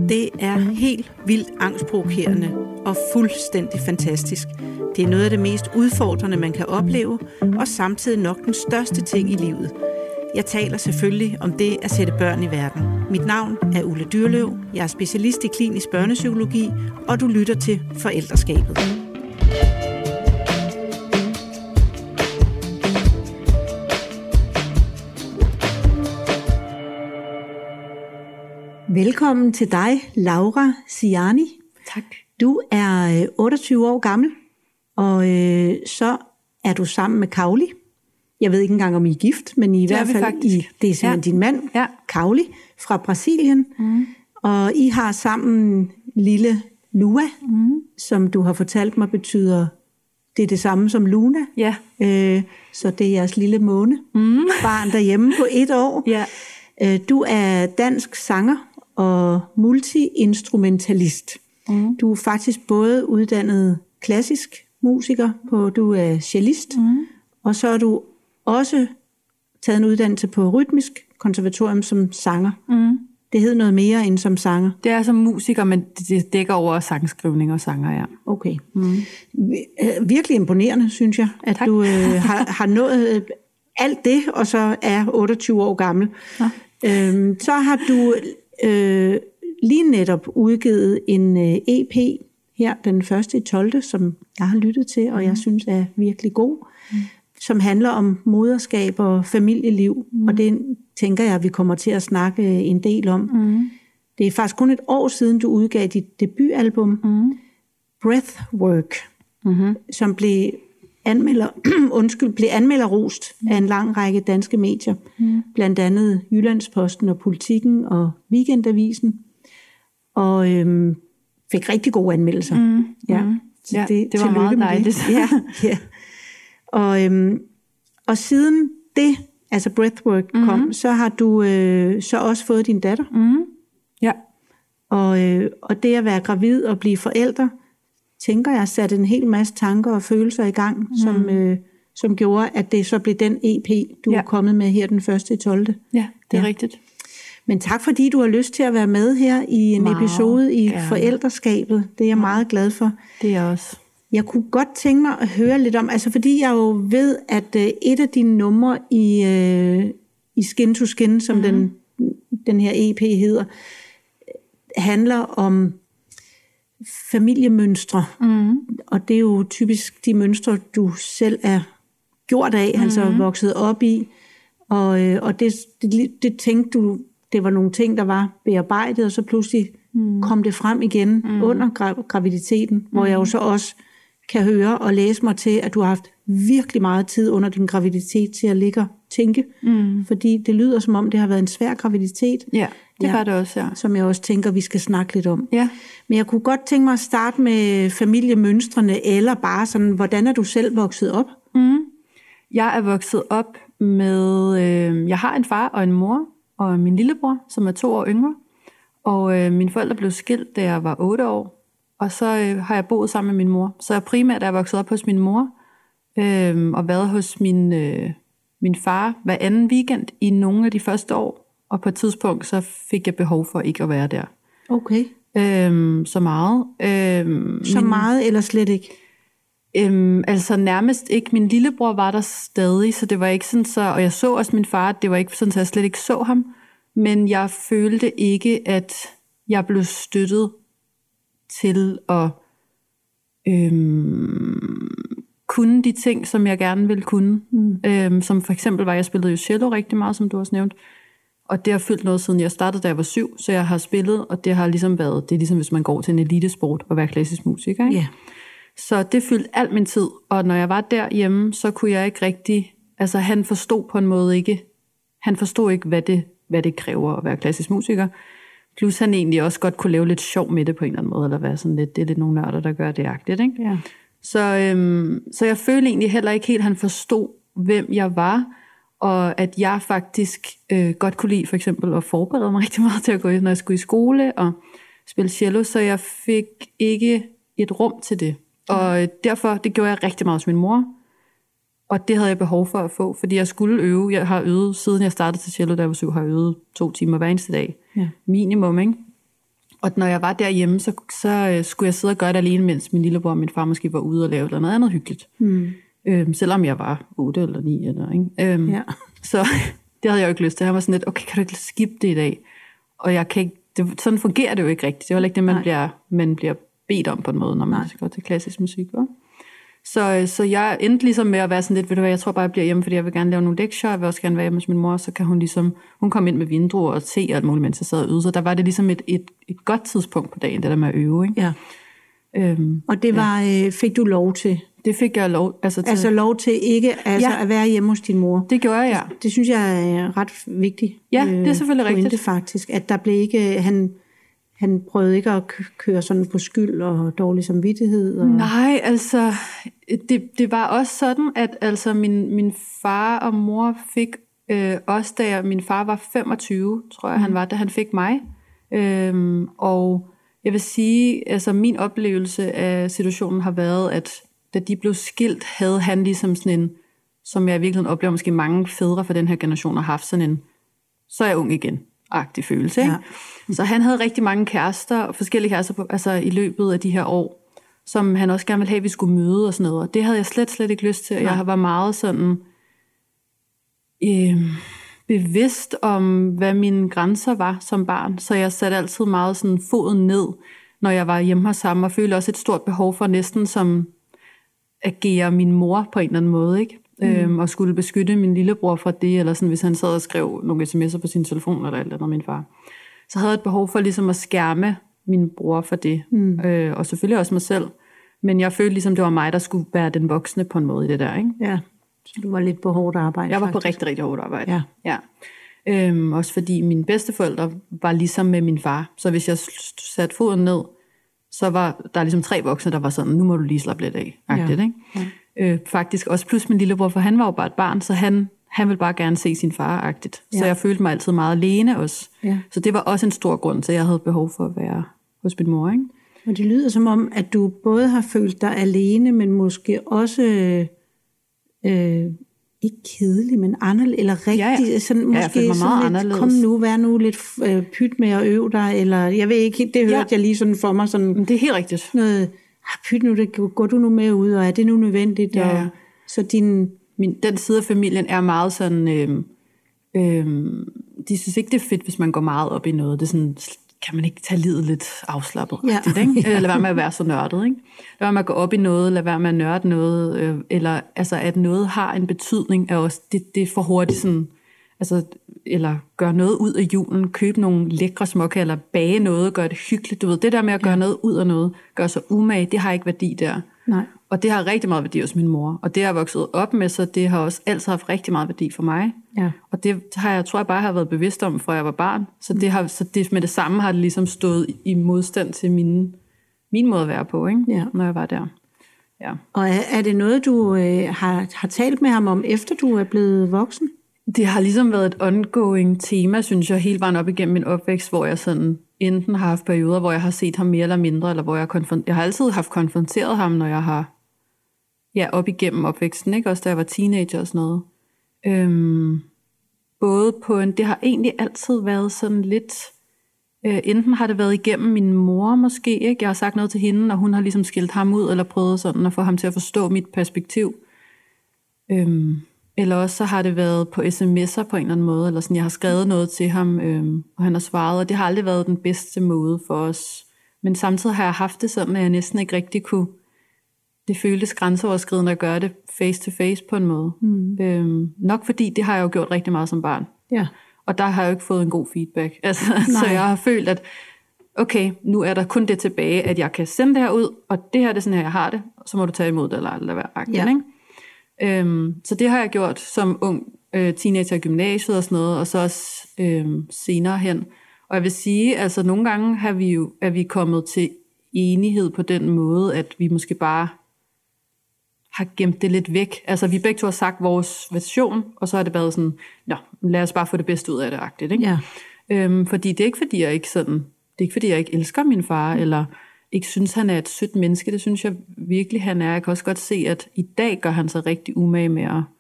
Det er helt vildt angstprovokerende og fuldstændig fantastisk. Det er noget af det mest udfordrende, man kan opleve, og samtidig nok den største ting i livet. Jeg taler selvfølgelig om det at sætte børn i verden. Mit navn er Ulla Dyrløv, jeg er specialist i klinisk børnepsykologi, og du lytter til Forældreskabet. Velkommen til dig, Laura Ziani. Tak. Du er 28 år gammel, og så er du sammen med Kauli. Jeg ved ikke engang, om I er gift, men I hvert fald, det er simpelthen din mand, Kauli, fra Brasilien. Og I har sammen lille Lua, som du har fortalt mig betyder, det er det samme som Luna. Ja. Så det er jeres lille måne, barn derhjemme på 1 år. Ja. Du er dansk sanger og multi-instrumentalist. Du er faktisk både uddannet klassisk musiker, du er cellist, og så er du også taget en uddannelse på rytmisk konservatorium som sanger. Det hed noget mere end som sanger. Det er som musiker, men det dækker over sangskrivning og sanger, ja. Okay. Virkelig imponerende, synes jeg, at Tak. du har nået alt det, og så er 28 år gammel. Ja. Så har du lige netop udgivet en EP her den 1.12., som jeg har lyttet til, og jeg synes er virkelig god, som handler om moderskab og familieliv, og det tænker jeg, at vi kommer til at snakke en del om. Det er faktisk kun 1 år siden, du udgav dit debutalbum, Breathwork, som blev anmelderrost af en lang række danske medier, blandt andet Jyllandsposten og Politiken og Weekendavisen, og fik rigtig gode anmeldelser. Ja, det var meget dejligt. Ja. Og siden det, altså Breathwork kom, så har du så også fået din datter. Ja. Og det at være gravid og blive forældre, tænker jeg, satte en hel masse tanker og følelser i gang, som gjorde, at det så blev den EP, du er kommet med her den 1.12. Ja, det er rigtigt. Men tak fordi du har lyst til at være med her i en episode i Forældreskabet. Det er jeg meget glad for. Det er jeg også. Jeg kunne godt tænke mig at høre lidt om, altså fordi jeg jo ved, at et af dine numre i Skin to Skin, som den her EP hedder, handler om familiemønstre. Og det er jo typisk de mønstre, du selv er gjort af, altså vokset op i. Og det tænkte du, det var nogle ting, der var bearbejdet, og så pludselig kom det frem igen under graviditeten, hvor jeg jo så også kan høre og læse mig til, at du har haft virkelig meget tid under din graviditet til at ligge og tænke. Fordi det lyder som om, det har været en svær graviditet. Ja, det var det også, ja. Som jeg også tænker, vi skal snakke lidt om. Ja. Men jeg kunne godt tænke mig at starte med familiemønstrene, eller bare sådan, hvordan er du selv vokset op? Jeg er vokset op med, jeg har en far og en mor, og min lillebror, som er 2 år yngre. Og mine forældre blev skilt, da jeg var 8 år. Og så har jeg boet sammen med min mor. Så jeg primært er vokset op hos min mor, og været hos min far hver anden weekend i nogle af de første år. Og på et tidspunkt, så fik jeg behov for ikke at være der. Okay. Så meget. Så meget eller slet ikke? Altså nærmest ikke. Min lillebror var der stadig, så det var ikke sådan så, og jeg så også min far, det var ikke sådan, så jeg slet ikke så ham. Men jeg følte ikke, at jeg blev støttet til at kunne de ting, som jeg gerne ville kunne. Som for eksempel var, jeg spillede jo cello rigtig meget, som du også nævnt. Og det har fyldt noget, siden jeg startede, da jeg var 7, så jeg har spillet, og det har ligesom været, det er ligesom hvis man går til en elitesport og være klassisk musiker, ikke? Yeah. Så det fyldte al min tid, og når jeg var derhjemme, så kunne jeg ikke rigtig, altså han forstod på en måde ikke, han forstod ikke, hvad det kræver at være klassisk musiker. Plus han egentlig også godt kunne lave lidt sjov med det på en eller anden måde, eller være sådan lidt, det er lidt nogle nørder, der gør det agtigt, ikke? Ja. Så jeg følte egentlig heller ikke helt, han forstod, hvem jeg var, og at jeg faktisk godt kunne lide for eksempel at forberede mig rigtig meget til at gå, når jeg skulle i skole og spille cello, så jeg fik ikke et rum til det. Og derfor, det gjorde jeg rigtig meget hos min mor, og det havde jeg behov for at få, fordi jeg skulle øve. Jeg har øvet, siden jeg startede til cello, da jeg var 7, har jeg øvet 2 timer hver eneste dag. Ja. Minimum, ikke? Og når jeg var derhjemme, så skulle jeg sidde og gøre det alene, mens min lillebror og min far måske var ude og lave noget andet hyggeligt. Selvom jeg var 8 eller 9 eller ikke. Så det havde jeg jo ikke lyst til. Han var sådan lidt, okay, kan du ikke skippe det i dag? Og jeg kan ikke, sådan fungerer det jo ikke rigtigt. Det er jo ikke det, man bliver bedt om på en måde, når man går til klassisk musik. Så jeg endte ligesom med at være sådan lidt, ved du hvad, jeg tror bare, jeg bliver hjemme, fordi jeg vil gerne lave nogle lektier, jeg vil også gerne være hjemme hos min mor, så kan hun komme ind med vinduer og te og alt muligt, mens jeg sad og øvede. Så der var det ligesom et godt tidspunkt på dagen, det der med at øve. Ikke? Ja. Og det var, fik du lov til? Det fik jeg lov til. Altså lov til ikke at være hjemme hos din mor? Det gjorde jeg, ja. Det synes jeg er ret vigtigt. Ja, det er selvfølgelig rigtigt. Faktisk, at der blev ikke, han prøvede ikke at køre sådan på skyld og dårlig samvittighed? Nej, altså, det var også sådan, at altså, min far og mor fik os, da min far var 25, tror jeg han var, da han fik mig. Og jeg vil sige, altså min oplevelse af situationen har været, at da de blev skilt, havde han ligesom sådan en, som jeg i virkeligheden oplever, måske mange fædre fra den her generation har haft sådan en, så er jeg ung igen, agtig følelse. Ikke? Ja. Så han havde rigtig mange kærester, forskellige kærester altså i løbet af de her år, som han også gerne ville have, at vi skulle møde og sådan noget. Og det havde jeg slet ikke lyst til. Ja. Jeg var meget sådan bevidst om, hvad mine grænser var som barn. Så jeg satte altid meget sådan foden ned, når jeg var hjemme hos ham, og følte også et stort behov for næsten som agere min mor på en eller anden måde, ikke? Og skulle beskytte min lillebror fra det, eller sådan, hvis han sad og skrev nogle sms'er på sin telefon, eller alt andet, min far. Så havde jeg et behov for ligesom at skærme min bror for det, og selvfølgelig også mig selv. Men jeg følte ligesom, det var mig, der skulle være den voksne på en måde i det der, ikke? Ja, så du var lidt på hårdt arbejde. Jeg var faktisk. på rigtig, rigtig hårdt arbejde, ja. Også fordi mine bedsteforældre var ligesom med min far, så hvis jeg satte foden ned, så var der ligesom 3 voksne, der var sådan, nu må du lige slappe lidt af, agtigt, ikke? Ja. Faktisk også plus min lillebror, for han var jo bare et barn, så han ville bare gerne se sin far-agtigt. Så jeg følte mig altid meget alene også. Ja. Så det var også en stor grund til, at jeg havde behov for at være hos min mor, ikke? Og det lyder som om, at du både har følt dig alene, men måske også ikke kedelig, men anderledes, eller rigtig, sådan, måske jeg sådan lidt, kom nu, vær nu lidt pyt med at øve dig, eller jeg ved ikke, det hørte jeg lige sådan for mig. Sådan, det er helt rigtigt. Noget, pyt nu, går du nu med ud, og er det nu nødvendigt? Ja. Og, så den side af familien er meget sådan, de synes ikke, det er fedt, hvis man går meget op i noget. Det er sådan, kan man ikke tage livet lidt afslappet? Ikke? Lad være med at være så nørdet. Ikke? Lad være med at gå op i noget, lad være med at nørde noget, eller altså, at noget har en betydning, er også, det er for hurtigt sådan, altså, eller gøre noget ud af julen, købe nogle lækre småkager, eller bage noget, gøre det hyggeligt. Du ved, det der med at gøre noget ud af noget, gøre sig umage, det har ikke værdi der. Nej. Og det har rigtig meget værdi hos min mor, og det har jeg vokset op med, så det har også altid haft rigtig meget værdi for mig. Ja. Og det har jeg, tror jeg bare har været bevidst om, fra jeg var barn. Så det med det samme har det ligesom stået i modstand til min måde at være på, ikke? Ja. Når jeg var der. Ja. Og er det noget, du har talt med ham om, efter du er blevet voksen? Det har ligesom været et ongoing tema, synes jeg, hele vejen op igennem min opvækst, hvor jeg sådan enten har haft perioder, hvor jeg har set ham mere eller mindre, eller hvor jeg har altid haft konfronteret ham, når jeg har op igennem opvæksten, ikke? Også da jeg var teenager og sådan noget. Både på det har egentlig altid været sådan lidt, enten har det været igennem min mor måske, ikke? Jeg har sagt noget til hende, og hun har ligesom skilt ham ud, eller prøvet sådan at få ham til at forstå mit perspektiv. Eller også så har det været på sms'er på en eller anden måde, eller sådan, jeg har skrevet noget til ham, og han har svaret, og det har aldrig været den bedste måde for os. Men samtidig har jeg haft det sådan, at jeg næsten ikke rigtig kunne, det føltes grænseoverskridende at gøre det face to face på en måde. Nok fordi det har jeg jo gjort rigtig meget som barn. Ja. Og der har jeg jo ikke fået en god feedback. Altså, så jeg har følt, at okay, nu er der kun det tilbage, at jeg kan sende det her ud, og det her det er sådan her, jeg har det, og så må du tage imod det, eller lade være agtigt, ikke? Så det har jeg gjort som ung teenager i gymnasiet og sådan noget, og så også senere hen. Og jeg vil sige, altså nogle gange er vi kommet til enighed på den måde, at vi måske bare har gemt det lidt væk. Altså vi begge to har sagt vores version, og så har det været sådan, lad os bare få det bedste ud af det, agtigt, ikke? Ja. Fordi det er ikke fordi jeg ikke sådan, det er ikke fordi jeg ikke elsker min far, eller ikke synes, han er et sødt menneske. Det synes jeg virkelig, han er. Jeg kan også godt se, at i dag gør han sig rigtig umage med at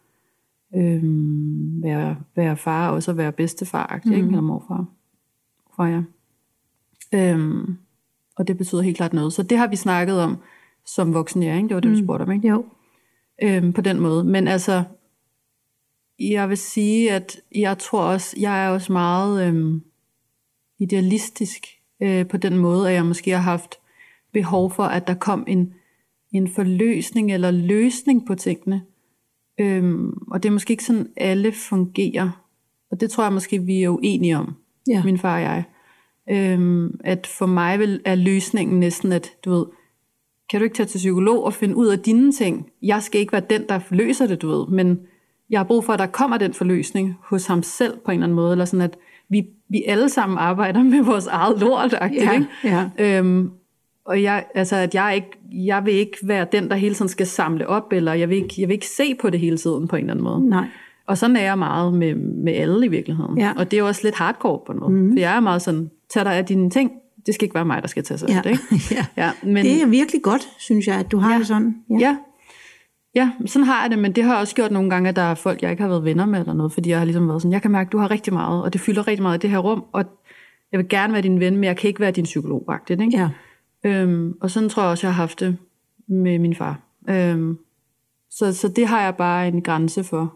være far, og også at være bedstefar, ikke? Eller morfar. For jer. Og det betyder helt klart noget. Så det har vi snakket om som voksne, ikke? Det var det, du spurgte om, ikke? Jo. På den måde. Men altså, jeg vil sige, at jeg tror også, jeg er også meget idealistisk på den måde, at jeg måske har haft behov for, at der kom en forløsning eller løsning på tingene. Og det er måske ikke sådan, alle fungerer. Og det tror jeg måske, vi er uenige om, min far og jeg. At for mig er løsningen næsten, at du ved, kan du ikke tage til psykolog og finde ud af dine ting? Jeg skal ikke være den, der løser det, du ved. Men jeg har brug for, at der kommer den forløsning hos ham selv på en eller anden måde. Eller sådan, at vi alle sammen arbejder med vores eget lort. Ikke? Ja. Og jeg vil ikke være den, der hele tiden skal samle op, eller jeg vil ikke se på det hele tiden på en eller anden måde. Nej. Og sådan er jeg meget med alle i virkeligheden. Ja. Og det er jo også lidt hardcore på en måde. For jeg er meget sådan, tag dig af dine ting. Det skal ikke være mig, der skal tage sig af det. Ikke? Men det er virkelig godt, synes jeg, at du har det sådan. Ja, sådan har jeg det, men det har også gjort nogle gange, at der er folk, jeg ikke har været venner med eller noget, fordi jeg har ligesom været sådan, jeg kan mærke, at du har rigtig meget, og det fylder rigtig meget i det her rum, og jeg vil gerne være din ven, men jeg kan ikke være din psykolog, ikke? Ja. Og sådan tror jeg også, jeg har haft det med min far. Så det har jeg bare en grænse for.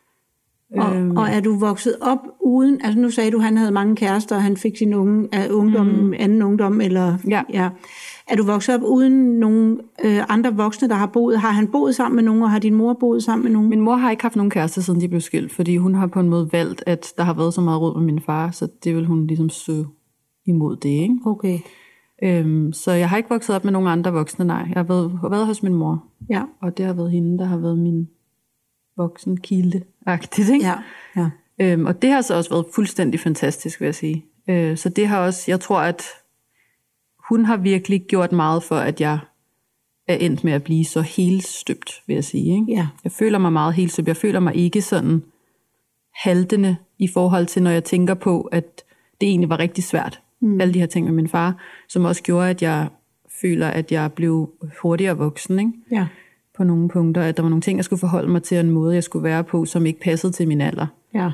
Og er du vokset op uden, altså nu sagde du, at han havde mange kærester, og han fik sin anden ungdom, eller ja. Er du vokset op uden nogen andre voksne, der har boet? Har han boet sammen med nogen, og har din mor boet sammen med nogen? Min mor har ikke haft nogen kærester, siden de blev skilt, fordi hun har på en måde valgt, at der har været så meget råd med min far, så det vil hun ligesom søge imod det, ikke? Okay. Så jeg har ikke vokset op med nogen andre voksne, nej. Jeg har været hos min mor, og det har været hende, der har været min voksenkilde-agtigt, ikke? Ja. Og det har så også været fuldstændig fantastisk, vil jeg sige. Så det har også, jeg tror, at hun har virkelig gjort meget for, at jeg er endt med at blive så helstøbt, vil jeg sige. Ikke? Ja. Jeg føler mig meget helstøbt. Jeg føler mig ikke sådan haltende i forhold til, når jeg tænker på, at det egentlig var rigtig svært. Alle de her ting med min far, som også gjorde, at jeg føler, at jeg blev hurtigere voksen. Ikke? Ja. På nogle punkter, at der var nogle ting, jeg skulle forholde mig til, en måde, jeg skulle være på, som ikke passede til min alder. Ja.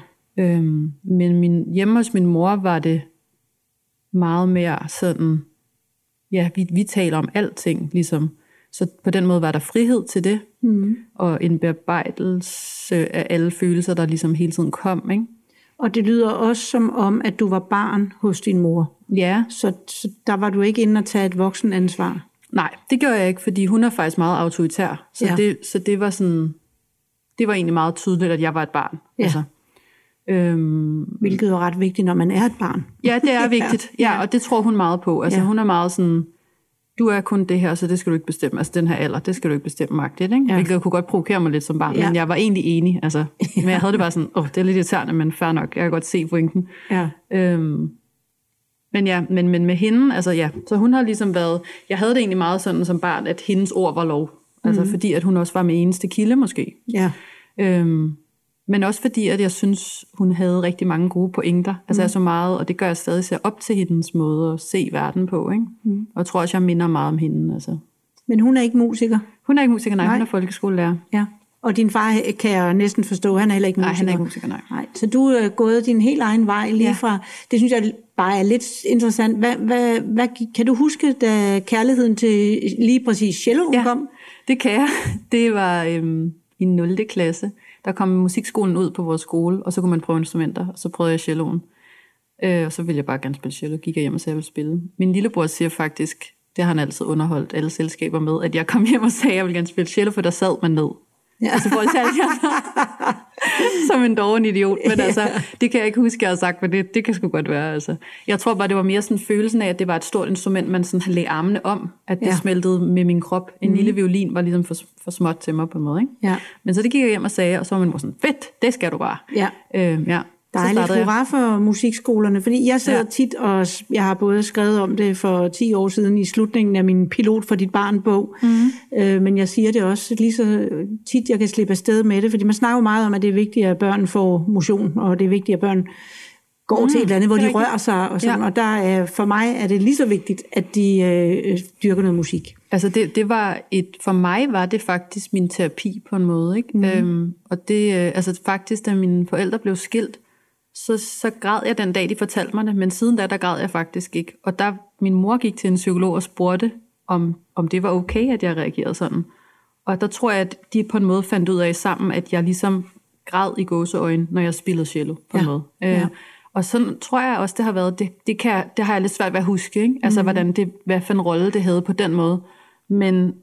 Men hjemme hos min mor var det meget mere sådan, ja, vi taler om alting, ligesom. Så på den måde var der frihed til det, og en bearbejdelse af alle følelser, der ligesom hele tiden kom, ikke? Og det lyder også som om, at du var barn hos din mor. Ja. Så der var du ikke inde og tage et voksenansvar? Nej, det gjorde jeg ikke, fordi hun er faktisk meget autoritær. Så det var sådan, det var egentlig meget tydeligt, at jeg var et barn. Ja. Altså. Hvilket er ret vigtigt, når man er et barn. Ja, det er vigtigt. Ja, og det tror hun meget på. Altså hun er meget sådan, du er kun det her, så det skal du ikke bestemme. Altså den her alder, det skal du ikke bestemme magtigt, ikke? Ja. Hvilket kunne godt provokere mig lidt som barn, men jeg var egentlig enig. Altså. Men jeg havde det bare sådan, det er lidt irriterende, men fair nok, jeg kan godt se pointen. Ja. Men med hende, altså ja, så hun har ligesom været, jeg havde det egentlig meget sådan som barn, at hendes ord var lov. Altså fordi, at hun også var med eneste kilde måske. Ja. Men også fordi, at jeg synes, hun havde rigtig mange gode pointer. Altså jeg så meget, og det gør jeg stadig, ser op til hendes måde at se verden på, ikke? Og jeg tror også, jeg minder meget om hende, altså. Men hun er ikke musiker? Hun er ikke musiker, nej. Hun er folkeskolelærer. Ja. Og din far kan jeg næsten forstå, han er heller ikke musiker. Nej, han er ikke musiker, nej. Så du er gået din helt egen vej lige fra, det synes jeg bare er lidt interessant. Hvad kan du huske, da kærligheden til lige præcis celloen kom? Det kan jeg. Det var i 0. klasse. Der kom musikskolen ud på vores skole, og så kunne man prøve instrumenter, og så prøvede jeg celloen. Og så ville jeg bare gerne spille cello, gik jeg hjem og sagde, jeg ville spille. Min lillebror siger faktisk, det har han altid underholdt alle selskaber med, at jeg kom hjem og sagde, jeg ville gerne spille cello, for der sad man ned. Ja. Og så prøvede jeg som en doven idiot, men altså, det kan jeg ikke huske, jeg har sagt, men det kan sgu godt være. Altså. Jeg tror bare, det var mere sådan følelsen af, at det var et stort instrument, man sådan lagde armene om, at det smeltede med min krop. En lille violin var ligesom for småt til mig på en måde, ikke? Ja. Men så det gik jeg hjem og sagde, og så var man sådan, fedt, det skal du bare. Ja. Dejligt. Hurra for musikskolerne, fordi jeg sidder tit, og jeg har både skrevet om det for 10 år siden i slutningen af min Pilot for dit barn-bog, men jeg siger det også lige så tit, jeg kan slippe afsted med det, fordi man snakker jo meget om, at det er vigtigt, at børn får motion, og det er vigtigt, at børn går til et eller andet, hvor de rører sig, og sådan, og der for mig er det lige så vigtigt, at de dyrker noget musik. Altså det var for mig var det faktisk min terapi på en måde, ikke? Og det, altså faktisk, da mine forældre blev skilt, så græd jeg den dag, de fortalte mig det, men siden da, der græd jeg faktisk ikke. Og min mor gik til en psykolog og spurgte, om det var okay, at jeg reagerede sådan. Og der tror jeg, at de på en måde fandt ud af sammen, at jeg ligesom græd i gåseøjne, når jeg spillede cello på en måde. Og sådan tror jeg også, det har været, det har jeg lidt svært ved at huske, ikke? Altså, hvad for en rolle det havde på den måde. Men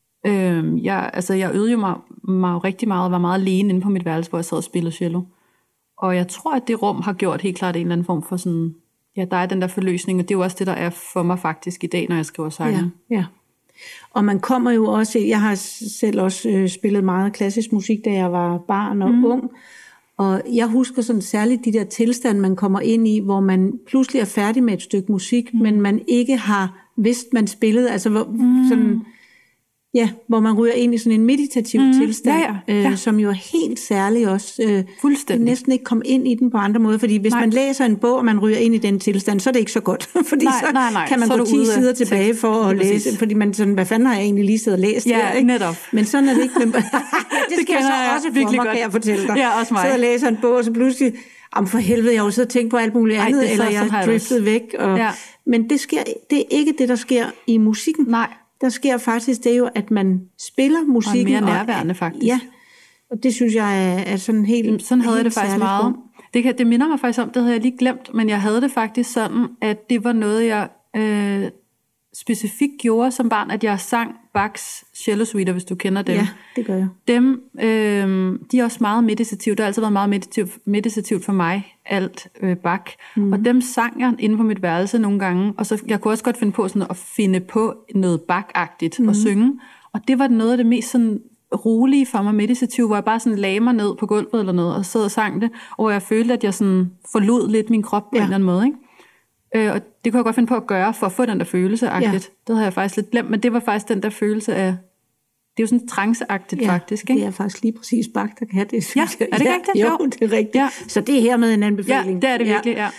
jeg øvede jo mig rigtig meget, og var meget alene inde på mit værelse, hvor jeg sad og spillede cello. Og jeg tror, at det rum har gjort helt klart en eller anden form for sådan, der er den der forløsning, og det er jo også det, der er for mig faktisk i dag, når jeg skriver sange. Ja. Og man kommer jo også, jeg har selv også spillet meget klassisk musik, da jeg var barn og ung, og jeg husker sådan særligt de der tilstande, man kommer ind i, hvor man pludselig er færdig med et stykke musik, men man ikke har vidst, man spillede, altså sådan... Ja, hvor man ryger ind i sådan en meditativ tilstand, som jo er helt særlig også. Fuldstændig. Næsten ikke komme ind i den på andre måder, fordi hvis man læser en bog, og man ryger ind i den tilstand, så er det ikke så godt. Fordi så kan man gå 10 sider tilbage for at læse, fordi man sådan, hvad fanden har jeg egentlig lige siddet og læst her, ikke? Netop. Men sådan er det ikke. Det sker så også for mig, kan jeg fortælle dig. Ja, også mig. Så jeg læser en bog, og så pludselig, for helvede, jeg har jo siddet og tænkt på alt muligt andet, eller jeg har driftet væk. Men det er ikke det, der sker i musikken. Nej. Der sker faktisk det jo, at man spiller musikken. Og mere nærværende faktisk. Ja, og det synes jeg er sådan helt... Sådan havde jeg det faktisk meget. Det minder mig faktisk om, det havde jeg lige glemt, men jeg havde det faktisk sådan, at det var noget, jeg specifikt gjorde som barn, at jeg sang Bachs cello suiter, hvis du kender dem. Ja, det gør jeg. Dem, de er også meget meditativt. Det har altid været meget meditativt for mig, alt Bach. Og dem sang jeg inde på mit værelse nogle gange, og så jeg kunne også godt finde på sådan at finde på noget Bach-agtigt og synge. Og det var noget af det mest sådan rolige for mig, meditativt, hvor jeg bare sådan lagde mig ned på gulvet eller noget, og sad og sang det, og hvor jeg følte, at jeg sådan forlod lidt min krop på en eller anden måde, ikke? Og det kunne jeg godt finde på at gøre, for at få den der følelse-agtigt. Det havde jeg faktisk lidt glemt, men det var faktisk den der følelse af, det er jo sådan tranceagtigt faktisk, ikke? Det er faktisk lige præcis Bach, der kan have det. Ja, er det rigtigt? Jo, det er rigtigt. Ja. Så det er hermed en anbefaling. Ja, det er det virkelig,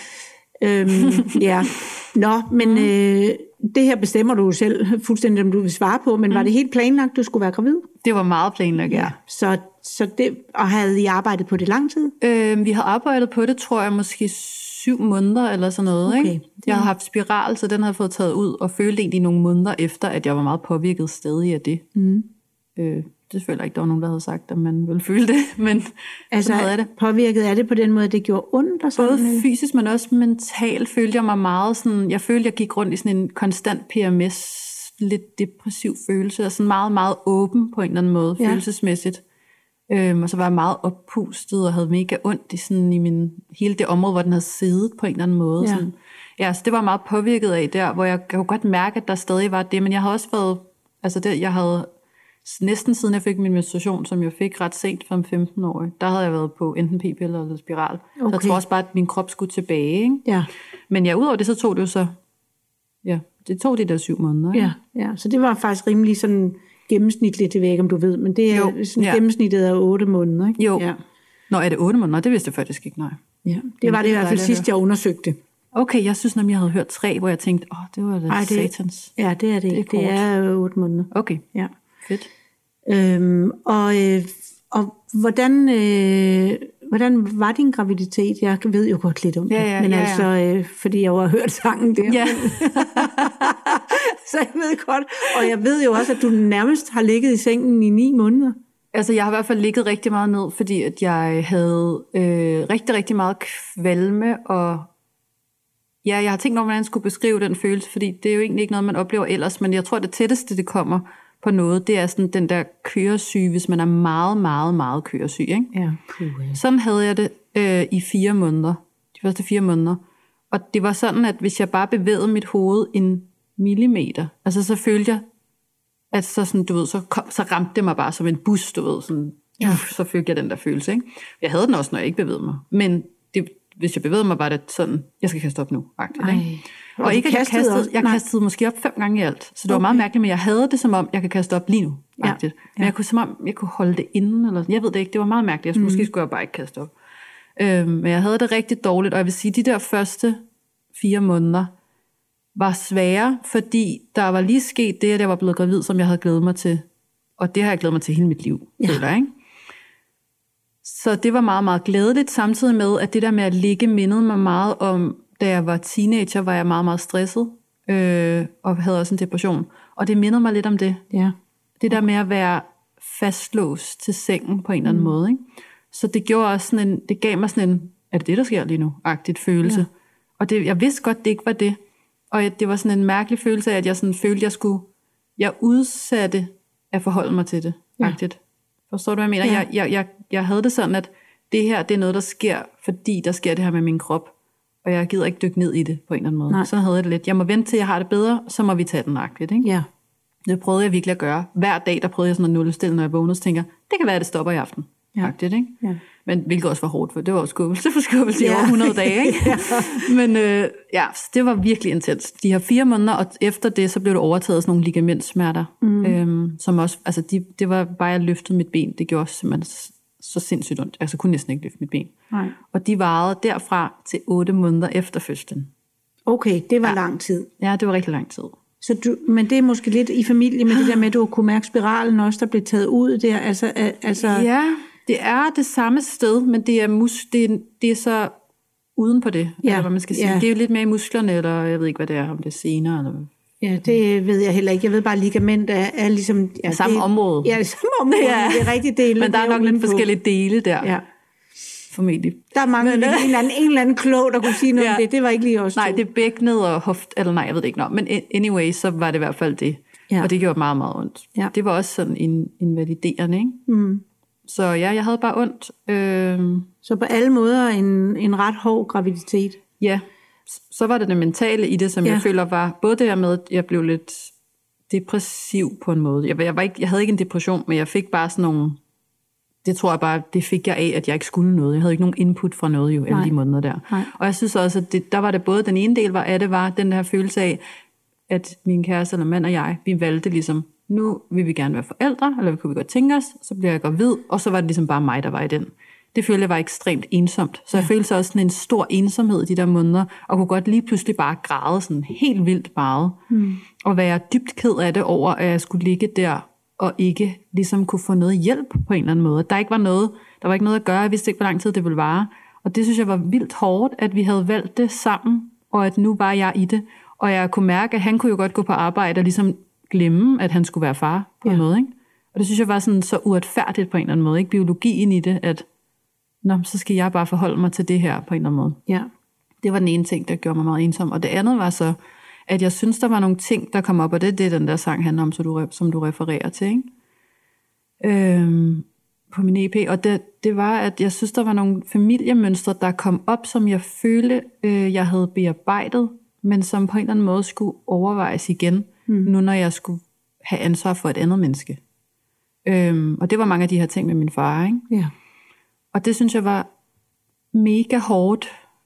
ja. Nå, men det her bestemmer du selv fuldstændig, om du vil svare på, men var det helt planlagt, du skulle være gravid? Det var meget planlagt, ja. Så det, og havde I arbejdet på det lang tid? Vi havde arbejdet på det, tror jeg, måske 7 måneder eller sådan noget. Okay. Ikke? Jeg havde haft spiral, så den havde fået taget ud, og følte egentlig nogle måneder efter, at jeg var meget påvirket stadig af det. Det føler jeg ikke, der var nogen, der havde sagt, at man ville føle det, men altså, havde jeg det. Påvirket af det på den måde, det gjorde ondt? Og sådan, både fysisk, men også mentalt følte jeg mig meget sådan, jeg følte, jeg gik rundt i sådan en konstant PMS, lidt depressiv følelse, og sådan meget, meget åben på en eller anden måde, følelsesmæssigt. Og så var jeg meget oppustet og havde mega ondt i, sådan, i hele det område, hvor den havde siddet på en eller anden måde. Ja. Sådan. Ja, så det var jeg meget påvirket af der, hvor jeg kunne godt mærke, at der stadig var det, men jeg havde også været, altså det, jeg havde næsten siden jeg fik min menstruation, som jeg fik ret sent som 15-årig, der havde jeg været på enten p-piller eller spiral. Okay. Så jeg tror også bare, at min krop skulle tilbage. Ikke? Ja. Men ja, udover det, så tog det jo så, det tog de der 7 måneder. Ikke? Ja, så det var faktisk rimelig sådan gennemsnitligt, det ved jeg ikke, om du ved, men det er sådan gennemsnittet af 8 måneder, ikke? Jo. Ja. Nå, er det 8 måneder? Det vidste jeg faktisk ikke, nej. Ja, det var det i hvert fald sidst, jeg undersøgte. Okay, jeg synes nemlig, jeg havde hørt 3, hvor jeg tænkte, det var det satans. Ja, det er det. Det er 8 måneder. Okay, ja. Fedt. Og hvordan var din graviditet? Jeg ved jo godt lidt om det, men altså, fordi jeg jo har hørt sangen der. Ja. Så jeg ved godt, og jeg ved jo også, at du nærmest har ligget i sengen i 9 måneder. Altså, jeg har i hvert fald ligget rigtig meget ned, fordi at jeg havde rigtig, rigtig meget kvalme, og jeg har tænkt over, hvordan jeg skulle beskrive den følelse, fordi det er jo egentlig ikke noget, man oplever ellers, men jeg tror, det tætteste, det kommer på noget, det er sådan den der køresyge, hvis man er meget, meget, meget køresyg, ikke? Ja. Sådan havde jeg det i 4 måneder, de første 4 måneder, og det var sådan, at hvis jeg bare bevægede mit hoved 1 millimeter, altså så følte jeg, at så, sådan, du ved, så ramte det mig bare som en bus, du ved, sådan, så følte jeg den der følelse, ikke? Jeg havde den også, når jeg ikke bevægede mig, men hvis jeg bevægede mig, var det sådan, jeg skal kaste op nu, agtigt, ikke? Og ikke, at jeg kastede måske op 5 gange i alt, så det var meget mærkeligt, men jeg havde det som om, jeg kan kaste op lige nu, agtigt. Men jeg kunne som om, jeg kunne holde det inde, eller sådan. Jeg ved det ikke, det var meget mærkeligt, måske skulle jeg bare ikke kaste op. Men jeg havde det rigtig dårligt, og jeg vil sige, de der første 4 måneder var svære, fordi der var lige sket det, at jeg var blevet gravid, som jeg havde glædet mig til, og det har jeg glædet mig til hele mit liv, føler jeg, ikke? Så det var meget, meget glædeligt, samtidig med, at det der med at ligge mindede mig meget om, da jeg var teenager, var jeg meget, meget stresset, og havde også en depression. Og det mindede mig lidt om det. Ja. Det der med at være fastlåst til sengen på en eller anden måde. Ikke? Så det gjorde også det gav mig sådan en, er det der sker lige nu? Agtigt følelse. Ja. Og jeg vidste godt, det ikke var det. Og det var sådan en mærkelig følelse af, at jeg sådan følte, jeg udsatte at forholde mig til det. Agtigt. Forstår du, hvad jeg mener? Ja. Jeg havde det sådan, at det her, det er noget, der sker, fordi der sker det her med min krop. Og jeg gider ikke dykke ned i det på en eller anden måde. Nej. Så havde jeg det lidt. Jeg må vente til, jeg har det bedre, så må vi tage den agtigt. Ikke? Ja. Det prøvede jeg virkelig at gøre. Hver dag, der prøvede jeg sådan at nullestille, når jeg vågnede, så tænker det kan være, at det stopper i aften. Ja. Agtigt, ikke? Ja. Men hvilket også var hårdt, for det var jo skuffelse i over 100 dage. Ikke? Ja. Men det var virkelig intens. De her 4 måneder, og efter det, så blev det overtaget sådan nogle ligamentssmerter. Som også, altså det var bare, jeg løftede mit ben. Det gjorde simpelthen så sindssygt ondt. Altså, jeg kunne næsten ikke løfte mit ben. Nej. Og de varede derfra til 8 måneder efter fødslen. Okay, det var lang tid. Ja, det var rigtig lang tid. Men det er måske lidt i familie med det der med, at du kunne mærke spiralen også, der blev taget ud der. Altså... Ja, det er det samme sted, men det er så uden på det, eller hvad man skal sige. Det er jo lidt mere i musklerne, eller jeg ved ikke, hvad det er, om det er senere, eller... Ja, det ved jeg heller ikke. Jeg ved bare, at ligament er ligesom... Ja, samme område. Ja, det er samme område. Ja. Det er rigtig dele. Men der er nok lidt forskellige dele der. Ja. Formentlig. Der mangler en eller anden klog, der kunne sige noget om det. Det var ikke lige os to. Nej, det er bækkenet og hoft, eller nej, jeg ved det ikke noget. Men anyway, så var det i hvert fald det. Ja. Og det gjorde meget, meget ondt. Ja. Det var også sådan invaliderende, ikke? Mm. Så ja, jeg havde bare ondt. Så på alle måder en ret hård graviditet. Ja, så var det mentale i det, som jeg føler var, både det her med, at jeg blev lidt depressiv på en måde. Jeg havde ikke en depression, men jeg fik bare sådan nogle, det tror jeg bare, det fik jeg af, at jeg ikke skulle noget. Jeg havde ikke nogen input fra noget jo, alle de måneder der. Nej. Og jeg synes også, at der var det både, den ene del var den her følelse af, at min kæreste eller mand og jeg, vi valgte ligesom, nu vil vi gerne være forældre, eller kunne vi godt tænke os, så bliver jeg gravid, og så var det ligesom bare mig, der var i den. Det følte jeg var ekstremt ensomt. Så jeg følte så også sådan en stor ensomhed i de der måneder, og kunne godt lige pludselig bare græde sådan helt vildt meget. Og være dybt ked af det over, at jeg skulle ligge der, og ikke ligesom kunne få noget hjælp på en eller anden måde. Der var ikke noget at gøre, jeg vidste ikke, hvor lang tid det ville vare. Og det synes jeg var vildt hårdt, at vi havde valgt det sammen, og at nu var jeg i det. Og jeg kunne mærke, at han kunne jo godt gå på arbejde og ligesom glemme, at han skulle være far på en måde. Ikke? Og det synes jeg var sådan så uretfærdigt på en eller anden måde. Ikke? Biologien i det, at så skal jeg bare forholde mig til det her på en eller anden måde. Ja. Det var den ene ting, der gjorde mig meget ensom. Og det andet var så, at jeg synes, der var nogle ting, der kom op, og det er den der sang handler om, som du refererer til, ikke? På min EP. Og det var, at jeg synes, der var nogle familiemønstre, der kom op, som jeg følte, jeg havde bearbejdet, men som på en eller anden måde skulle overvejes igen, nu når jeg skulle have ansvar for et andet menneske. Og det var mange af de her ting med min far, ikke? Ja. Og det synes jeg var mega hårdt.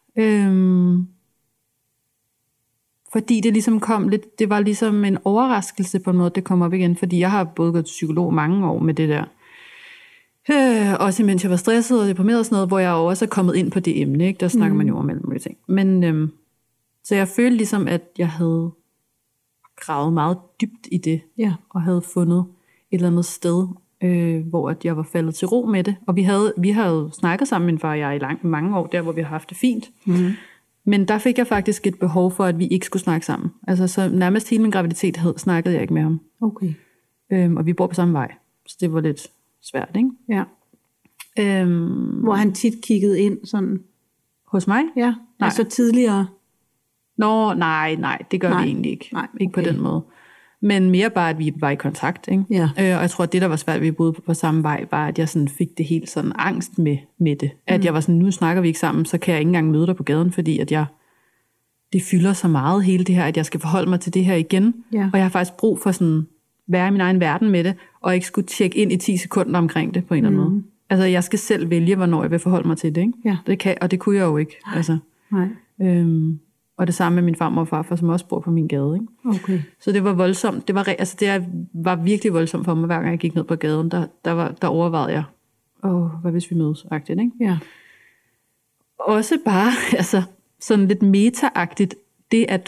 Fordi det ligesom kom lidt, det var ligesom en overraskelse på en måde, det kom op igen. Fordi jeg har både gået til psykolog mange år med det der. Også imens jeg var stresset og deprimeret og sådan noget, hvor jeg også er kommet ind på det emne. Ikke? Der snakker man jo om alle mulige ting. Men, så jeg følte ligesom, at jeg havde gravet meget dybt i det. Ja. Og havde fundet et eller andet sted, hvor at jeg var faldet til ro med det. Og vi havde snakket sammen, min far og jeg, i mange år, der hvor vi har haft det fint. Mm-hmm. Men der fik jeg faktisk et behov for, at vi ikke skulle snakke sammen. Altså så nærmest hele min graviditet snakkede jeg ikke med ham. Okay. Og vi bor på samme vej. Så det var lidt svært, ikke? Ja. Hvor han tit kiggede ind sådan. Hos mig? Ja, nej. Altså tidligere. Nå, nej, det gør vi egentlig ikke. Nej, okay. Ikke på den måde. Men mere bare, at vi var i kontakt, ikke? Ja. Og jeg tror, at det, der var svært, at vi boede på samme vej, var, at jeg sådan fik det helt sådan angst med det. At jeg var sådan, nu snakker vi ikke sammen, så kan jeg ikke engang møde dig på gaden, fordi at det fylder så meget hele det her, at jeg skal forholde mig til det her igen. Ja. Og jeg har faktisk brug for sådan, være i min egen verden med det, og ikke skulle tjekke ind i 10 sekunder omkring det på en eller anden måde. Altså, jeg skal selv vælge, hvornår jeg vil forholde mig til det, ikke? Ja. Og det kunne jeg jo ikke. Nej. Altså. Nej. Og det samme med min farmor og farfar, som også bor på min gade. Ikke? Okay. Så det var voldsomt. Det var virkelig voldsomt for mig, hver gang jeg gik ned på gaden. Der overvejede jeg, hvad hvis vi mødes? Agtigt, ikke? Ja. Også bare, altså, sådan lidt meta-agtigt, det at,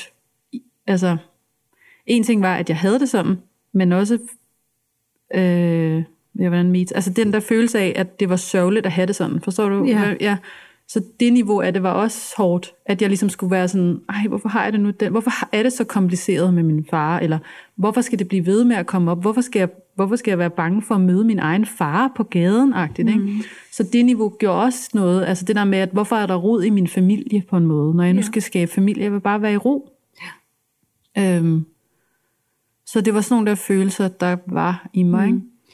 en ting var, at jeg havde det sådan, men også, Altså den der følelse af, at det var sørgeligt at have det sådan. Forstår du? Ja. Så det niveau af det var også hårdt, at jeg ligesom skulle være sådan, hvorfor har jeg det nu? Hvorfor er det så kompliceret med min far? Eller hvorfor skal det blive ved med at komme op? Hvorfor skal jeg være bange for at møde min egen far på gaden-agtigt? Ikke? Så det niveau gjorde også noget. Altså det der med, at hvorfor er der rod i min familie på en måde? Når jeg nu skal skabe familie, jeg vil bare være i ro. Ja. Så det var sådan nogle der følelser, der var i mig.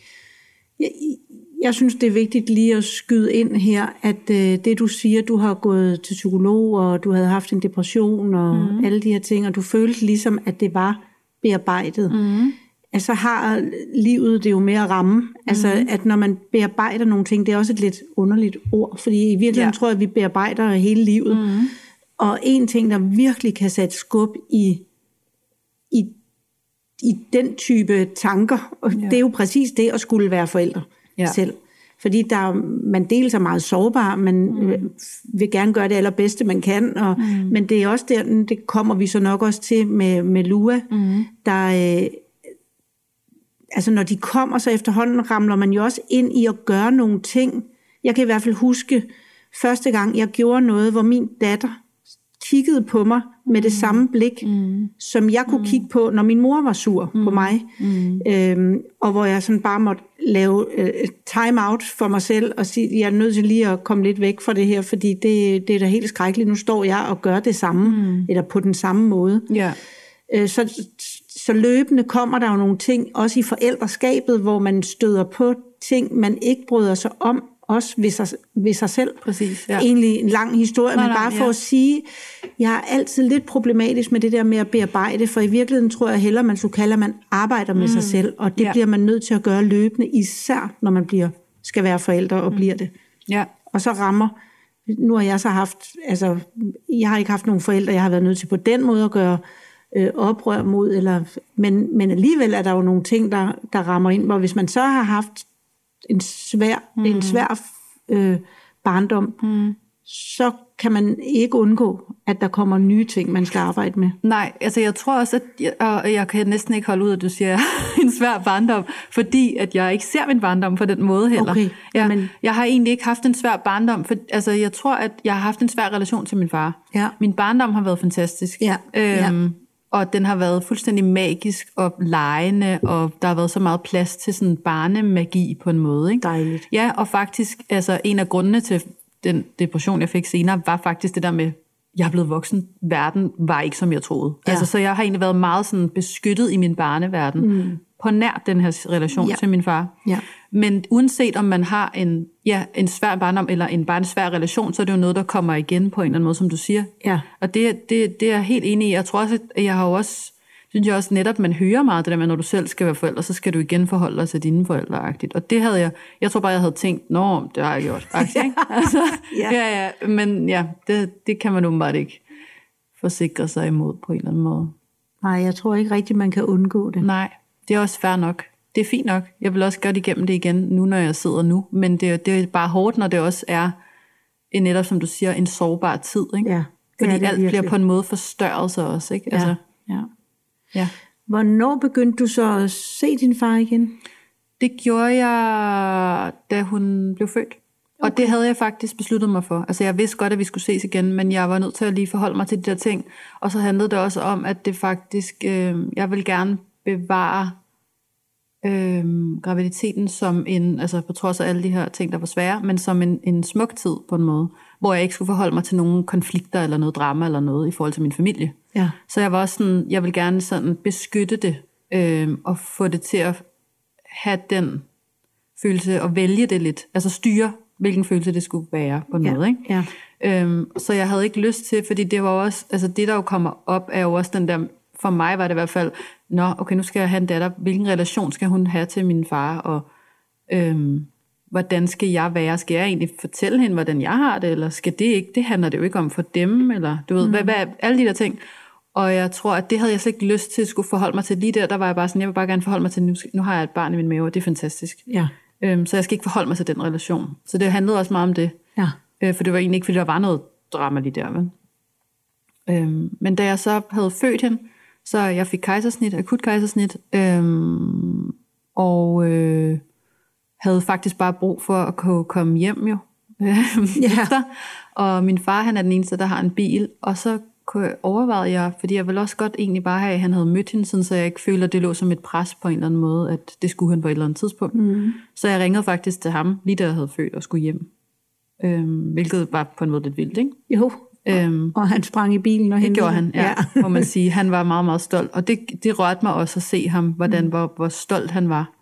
Jeg synes, det er vigtigt lige at skyde ind her, at det du siger, du har gået til psykolog, og du havde haft en depression, og alle de her ting, og du følte ligesom, at det var bearbejdet. Altså har livet det jo med at ramme. Altså at når man bearbejder nogle ting, det er også et lidt underligt ord, fordi i virkeligheden tror jeg, at vi bearbejder hele livet. Og en ting, der virkelig kan sætte skub i den type tanker, og det er jo præcis det at skulle være forældre selv. Fordi man dels er meget sårbar, man vil gerne gøre det allerbedste, man kan, men det er også der, det kommer vi så nok også til med Lua, der altså når de kommer, så efterhånden ramler man jo også ind i at gøre nogle ting. Jeg kan i hvert fald huske første gang, jeg gjorde noget, hvor min datter kiggede på mig med det samme blik, som jeg kunne kigge på, når min mor var sur på mig. Og hvor jeg sådan bare måtte lave time out for mig selv, og sige, jeg er nødt til lige at komme lidt væk fra det her, fordi det er da helt skrækkeligt. Nu står jeg og gør det samme, eller på den samme måde. Så løbende kommer der jo nogle ting, også i forældreskabet, hvor man støder på ting, man ikke bryder sig om, også ved sig selv. Præcis, Egentlig en lang historie, men bare for at sige, jeg er altid lidt problematisk med det der med at bearbejde, for i virkeligheden tror jeg hellere, man skulle kalde, at man arbejder med sig selv, og det bliver man nødt til at gøre løbende, især når man skal være forældre og bliver det. Og så rammer, nu har jeg så haft, altså jeg har ikke haft nogen forældre, jeg har været nødt til på den måde at gøre oprør mod, men alligevel er der jo nogle ting, der rammer ind, hvor hvis man så har haft en svær barndom, så kan man ikke undgå, at der kommer nye ting, man skal arbejde med. Nej, altså jeg tror også, at jeg kan næsten ikke holde ud, at du siger en svær barndom, fordi at jeg ikke ser min barndom på den måde heller. Okay, men jeg har egentlig ikke haft en svær barndom, for altså jeg tror, at jeg har haft en svær relation til min far. Min barndom har været fantastisk. Og den har været fuldstændig magisk og legende, og der har været så meget plads til sådan barnemagi på en måde. Ikke? Dejligt. Ja, og faktisk, altså en af grundene til den depression, jeg fik senere, var faktisk det der med, jeg er blevet voksen, verden var ikke, som jeg troede. Altså, så jeg har egentlig været meget sådan beskyttet i min barneverden, på nær den her relation til min far. Men uanset om man har en svær barndom, eller bare en svær relation, så er det jo noget, der kommer igen på en eller anden måde, som du siger. Og det er jeg helt enig i. Jeg tror også, at jeg har jo også, synes jeg også netop, man hører meget det der med, når du selv skal være forælder, så skal du igen forholde dig til dine forældre-agtigt. Og det havde jeg tror bare, jeg havde tænkt, det har jeg gjort. Altså, men det kan man åbenbart ikke forsikre sig imod på en eller anden måde. Nej, jeg tror ikke rigtigt, man kan undgå det. Nej, det er også fair nok. Det er fint nok. Jeg vil også gøre det igennem det igen, nu når jeg sidder nu. Men det er bare hårdt, når det også er, netop som du siger, en sårbar tid. Ikke? Fordi alt virkelig bliver på en måde forstørrelse også. Ikke? Altså, Hvornår begyndte du så at se din far igen? Det gjorde jeg, da hun blev født. Og det havde jeg faktisk besluttet mig for. Altså jeg vidste godt, at vi skulle ses igen, men jeg var nødt til at lige forholde mig til de der ting. Og så handlede det også om, at det faktisk, jeg vil gerne bevare graviditeten som altså på trods af alle de her ting, der var svære, men som en smuk tid på en måde, hvor jeg ikke skulle forholde mig til nogle konflikter eller noget drama eller noget i forhold til min familie. Så jeg var også sådan, jeg vil gerne sådan beskytte det og få det til at have den følelse og vælge det lidt, altså styre, hvilken følelse det skulle være på en måde. Ikke? Så jeg havde ikke lyst til, fordi det var også, altså det der jo kommer op, er jo også den der, for mig var det i hvert fald, okay, nu skal jeg have en datter, hvilken relation skal hun have til min far, og hvordan skal jeg være? Skal jeg egentlig fortælle hende, hvordan jeg har det, eller skal det ikke? Det handler det jo ikke om for dem, eller du ved, hvad alle de der ting. Og jeg tror, at det havde jeg slet ikke lyst til at skulle forholde mig til lige der. Der var jeg bare sådan, jeg vil bare gerne forholde mig til, nu har jeg et barn i min mave, og det er fantastisk. Så jeg skal ikke forholde mig til den relation. Så det handlede også meget om det. For det var egentlig ikke, fordi der var noget drama lige der. Vel? Men da jeg så havde født hende, så jeg fik kejsersnit, akut kejsersnit, og havde faktisk bare brug for at kunne komme hjem jo. Efter. Og min far, han er den eneste, der har en bil, og så overvejede jeg, fordi jeg ville også godt egentlig bare have, at han havde mødt hende, sådan, så jeg ikke føler, at det lå som et pres på en eller anden måde, at det skulle han på et eller andet tidspunkt. Så jeg ringede faktisk til ham, lige da jeg havde født og skulle hjem. Hvilket var på en måde lidt vildt, ikke? Jo, og han sprang i bilen og hentede. Det gjorde han, ja. Må man sige. Han var meget, meget stolt, og det rørte mig også at se ham, hvor stolt han var.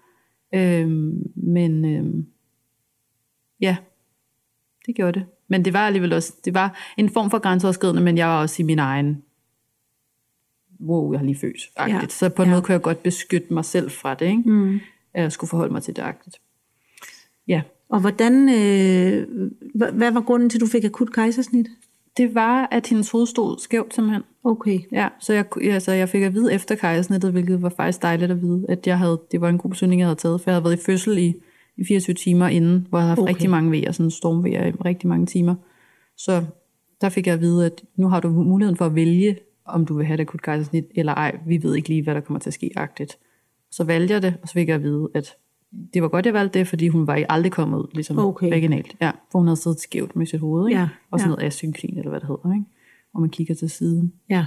Ja, det gjorde det. Men det var alligevel også, det var en form for grænseoverskridende, men jeg var også i min egen, jeg har lige født, så på en måde kunne jeg godt beskytte mig selv fra det, ikke? Jeg skulle forholde mig til det, agtigt. Ja. Og hvordan, hvad var grunden til, at du fik akut kejsersnit? Det var, at hendes hoved stod skævt simpelthen. Okay. Ja, så jeg fik at vide efter kejsersnittet, hvilket var faktisk dejligt at vide, at det var en god beslutning, jeg havde taget, for jeg havde været i fødsel i 24 timer inden, hvor jeg havde haft rigtig mange vejer, sådan stormvejer i rigtig mange timer. Så der fik jeg at vide, at nu har du muligheden for at vælge, om du vil have et akut kejsersnit eller ej. Vi ved ikke lige, hvad der kommer til at ske agtigt. Så valgte jeg det, og så fik jeg at vide, at det var godt, jeg valgte det, fordi hun var aldrig kommet ud, ligesom vaginalt. Ja, for hun havde siddet skævt med sit hoved, ikke? Og sådan noget asynklin, eller hvad det hedder, ikke? Og man kigger til siden. Ja.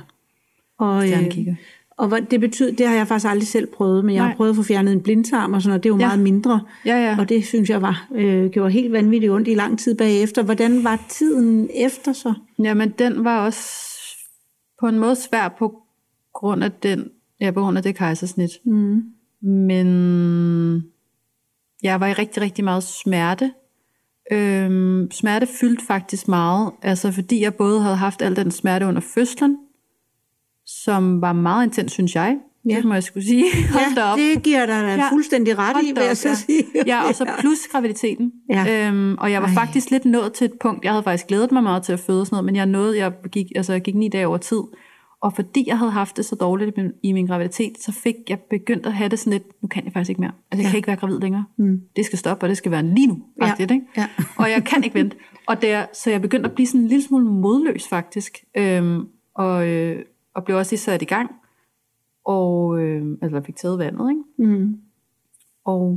Og det betyder, det har jeg faktisk aldrig selv prøvet, men jeg har prøvet at få fjernet en blindtarm og sådan noget, det er jo meget mindre. Og det synes jeg gjorde helt vanvittigt ondt i lang tid bagefter. Hvordan var tiden efter så? Jamen, den var også på en måde svær på grund af det kejsersnit. Men jeg var i rigtig, rigtig meget smerte. Smerte fyldte faktisk meget, altså fordi jeg både havde haft al den smerte under fødslen, som var meget intens, synes jeg. Det må jeg skulle sige. Hold da op. Det giver dig fuldstændig ret i, vil jeg så sige. Ja, og så plus graviditeten. Og jeg var faktisk lidt nået til et punkt, jeg havde faktisk glædet mig meget til at føde sådan noget, men jeg gik 9 dage over tid. Og fordi jeg havde haft det så dårligt i min graviditet, så fik jeg begyndt at have det sådan lidt, nu kan jeg faktisk ikke mere. Altså jeg kan ikke være gravid længere. Det skal stoppe, og det skal være lige nu. Ikke? Og jeg kan ikke vente. Så jeg begyndte at blive sådan en lille smule modløs faktisk. Og blev også lige sat i gang. Og altså jeg fik taget vandet, ikke? Og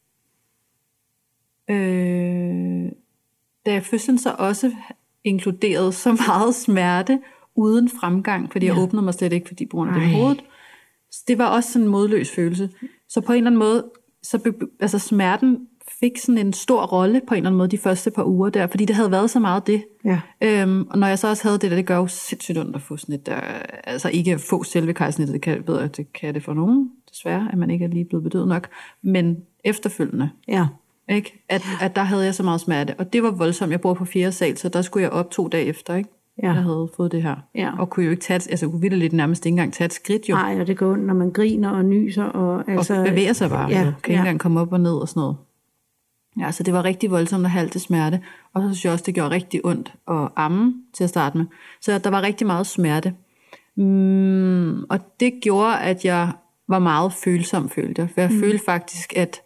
da fødslen så også inkluderede så meget smerte uden fremgang, fordi jeg åbnede mig slet ikke, fordi på grund af det med hovedet. Så det var også sådan en modløs følelse. Så på en eller anden måde, så smerten fik sådan en stor rolle på en eller anden måde de første par uger der, fordi det havde været så meget det. Og når jeg så også havde det der, det gør jo sindssygt ondt at få sådan et, altså ikke at få selve kejsersnittet, det kan det for nogen, desværre, at man ikke er lige blevet bedøvet nok, men efterfølgende. Ikke? At der havde jeg så meget smerte, og det var voldsomt. Jeg bor på 4. sal, så der skulle jeg op 2 dage efter, ikke? Jeg havde fået det her. Og kunne jo ikke kunne vitterligt nærmest ikke engang tage et skridt jo. Nej, og det går ondt, når man griner og nyser. Og bevæger sig bare. Kan ikke engang komme op og ned og sådan noget. Ja, så det var rigtig voldsomt at have alt det smerte. Og så synes jeg også, det gjorde rigtig ondt at amme til at starte med. Så der var rigtig meget smerte. Og det gjorde, at jeg var meget følsom, følte jeg. For jeg følte faktisk, at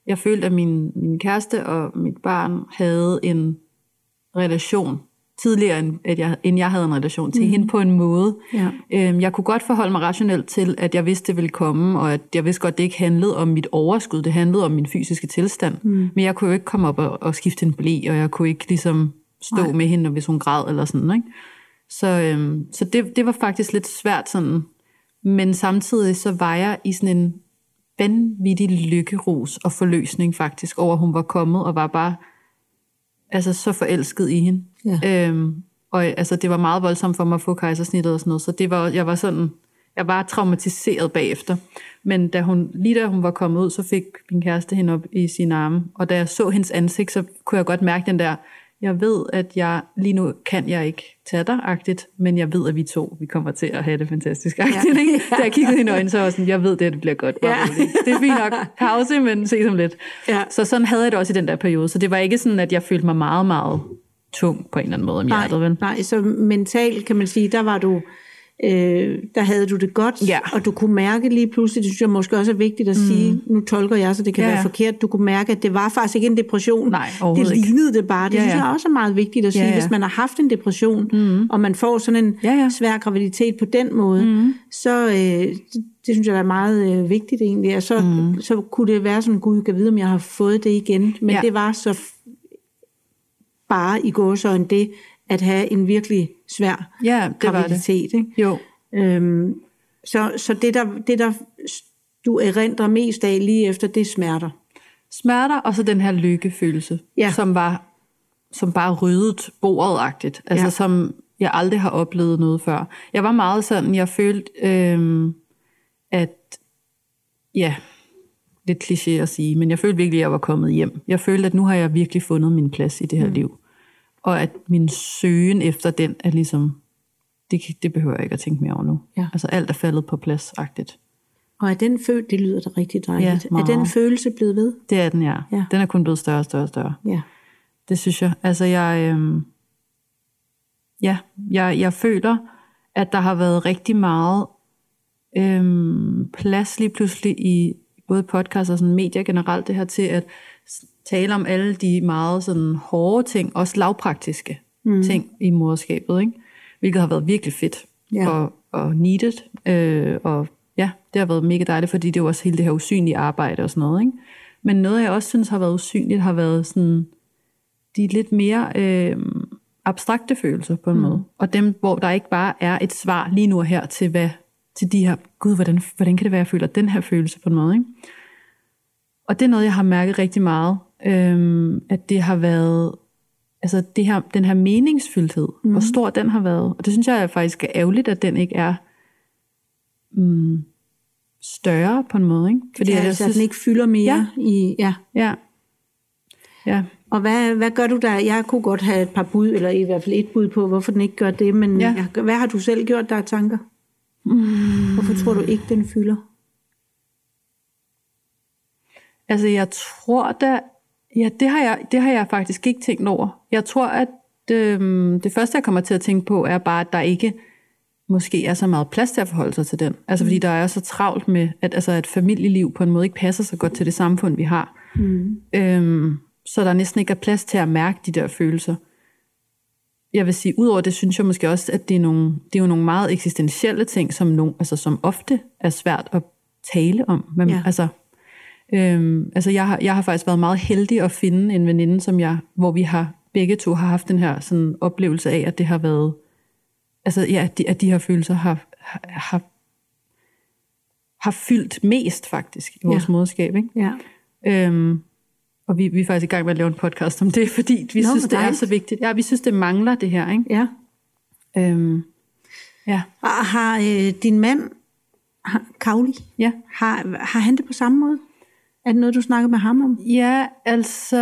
min kæreste og mit barn havde en relation tidligere, end jeg havde en relation til hende på en måde. Jeg kunne godt forholde mig rationelt til, at jeg vidste, det ville komme, og at jeg vidste godt, det ikke handlede om mit overskud, det handlede om min fysiske tilstand. Men jeg kunne jo ikke komme op og skifte en ble, og jeg kunne ikke ligesom stå med hende, hvis hun græd eller sådan, ikke? Så det var faktisk lidt svært sådan. Men samtidig så var jeg i sådan en vanvittig lykkerus og forløsning faktisk over, at hun var kommet og var bare altså så forelsket i hende. Og altså det var meget voldsomt for mig at få kejsersnittet og sådan noget, så jeg var traumatiseret bagefter. Men da hun var kommet ud, så fik min kæreste hende op i sine arme, og da jeg så hendes ansigt, så kunne jeg godt mærke den der, jeg ved, at jeg lige nu kan jeg ikke tage dig-agtigt, men jeg ved, at vi kommer til at have det fantastisk-agtigt. Ikke? Da jeg kiggede hende i øjnene, så var sådan, jeg ved det bliver godt. Det er fint nok. Pause, men se som lidt. Så sådan havde jeg det også i den der periode. Så det var ikke sådan, at jeg følte mig meget, meget tung på en eller anden måde om hjertet. Vel? Nej, så mentalt kan man sige, der havde du det godt, og du kunne mærke lige pludselig, det synes jeg måske også er vigtigt at sige, nu tolker jeg, så det kan være forkert, du kunne mærke, at det var faktisk ikke en depression. Nej, det lignede det bare. Det synes jeg også er meget vigtigt at sige, hvis man har haft en depression, og man får sådan en svær graviditet på den måde, så Det synes jeg er meget vigtigt egentlig. Og så kunne det være sådan, Gud kan vide, om jeg har fået det igen. Men det var så bare i gåseøjne det, at have en virkelig svær graviditet. Ikke? Jo. Så det der du erindrer mest af lige efter, det er smerter. Smerter, og så den her lykkefølelse, som bare ryddede bordet-agtigt. Altså som jeg aldrig har oplevet noget før. Jeg var meget sådan, jeg følte, at lidt kliché at sige, men jeg følte virkelig, at jeg var kommet hjem. Jeg følte, at nu har jeg virkelig fundet min plads i det her liv. Og at min søgen efter den er ligesom, det behøver jeg ikke at tænke mere over nu. Ja. Altså alt er faldet på plads-agtigt. Og er den det lyder da rigtig dejligt. Ja, er den følelse blevet ved? Det er den, ja. Den er kun blevet større og større og større. Ja. Det synes jeg. Altså jeg føler, at der har været rigtig meget plads lige pludselig i både podcast og sådan medier generelt, det her til at tale om alle de meget sådan hårde ting, også lavpraktiske ting i moderskabet, ikke? Hvilket har været virkelig fedt og needed, og ja, det har været mega dejligt, fordi det er jo også hele det her usynlige arbejde og sådan noget, ikke? Men noget, jeg også synes har været usynligt, har været sådan de lidt mere abstrakte følelser på en måde. Og dem, hvor der ikke bare er et svar lige nu og her til de her, gud, hvordan kan det være, jeg føler den her følelse på en måde, ikke? Og det er noget, jeg har mærket rigtig meget, at det har været, altså den her meningsfyldthed, hvor stor den har været. Og det synes jeg faktisk er ærgerligt, at den ikke er større på en måde, ikke? Fordi jeg synes, at den ikke fylder mere i. Ja. Og hvad gør du der? Jeg kunne godt have et par bud, eller i hvert fald et bud på, hvorfor den ikke gør det, men hvad har du selv gjort, der er tanker? Hvorfor tror du ikke, den fylder? Altså jeg tror da, det har jeg faktisk ikke tænkt over. Jeg tror, at det første, jeg kommer til at tænke på, er bare, at der ikke måske er så meget plads til at forholde sig til den. Altså fordi der er så travlt med, at familieliv på en måde ikke passer så godt til det samfund, vi har. Så der næsten ikke er plads til at mærke de der følelser. Jeg vil sige, udover det, synes jeg måske også, at det er jo nogle meget eksistentielle ting, som ofte er svært at tale om. Men, jeg har faktisk været meget heldig at finde en veninde, hvor vi har begge to har haft den her sådan oplevelse af, at det har været, at de her følelser har fyldt mest faktisk i vores moderskab, ikke? Ja. Og vi er faktisk i gang med at lave en podcast om det, fordi vi synes, det er så vigtigt. Ja, vi synes, det mangler det her, ikke? Ja. Og har din mand, Kauli, har han det på samme måde? Er det noget, du snakker med ham om? Ja, altså,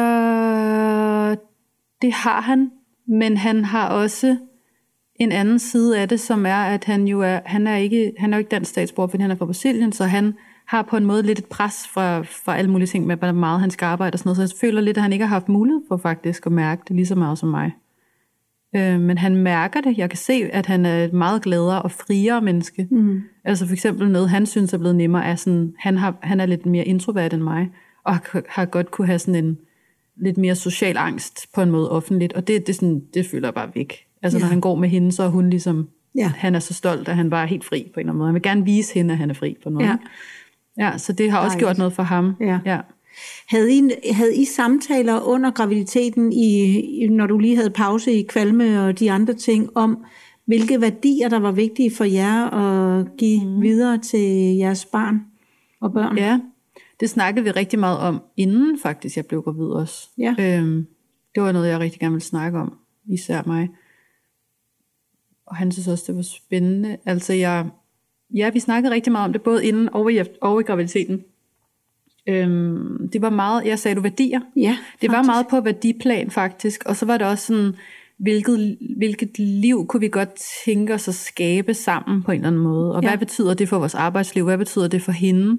det har han, men han har også en anden side af det, som er, at han er jo ikke dansk statsborger, fordi han er fra Brasilien, så han har på en måde lidt et pres fra alle mulige ting med, hvor meget han skal arbejde og sådan noget, så jeg føler lidt, at han ikke har haft mulighed for faktisk at mærke det lige så meget som mig. Men han mærker det. Jeg kan se, at han er et meget gladere og friere menneske. Altså for eksempel noget, han synes er blevet nemmere, er sådan, han er lidt mere introvert end mig, og har godt kunne have sådan en lidt mere social angst på en måde offentligt, og det føler jeg bare væk. Altså når han går med hende, så er hun ligesom, han er så stolt, at han bare er helt fri på en eller anden måde. Han vil gerne vise hende, at han er fri på en måde. Ja, så det har også gjort noget for ham. Ja. Havde I samtaler under graviditeten, når du lige havde pause i kvalme og de andre ting, om hvilke værdier, der var vigtige for jer at give videre til jeres barn og børn? Ja, det snakkede vi rigtig meget om, inden faktisk jeg blev gravid også. Ja. Det var noget, jeg rigtig gerne ville snakke om, især mig. Og han synes også, det var spændende. Altså vi snakkede rigtig meget om det, både inden og i graviditeten. Det var meget, jeg sagde du værdier? Ja, det var meget på værdiplan faktisk, og så var det også sådan, hvilket liv kunne vi godt tænke os at skabe sammen på en eller anden måde, og hvad betyder det for vores arbejdsliv, hvad betyder det for hende,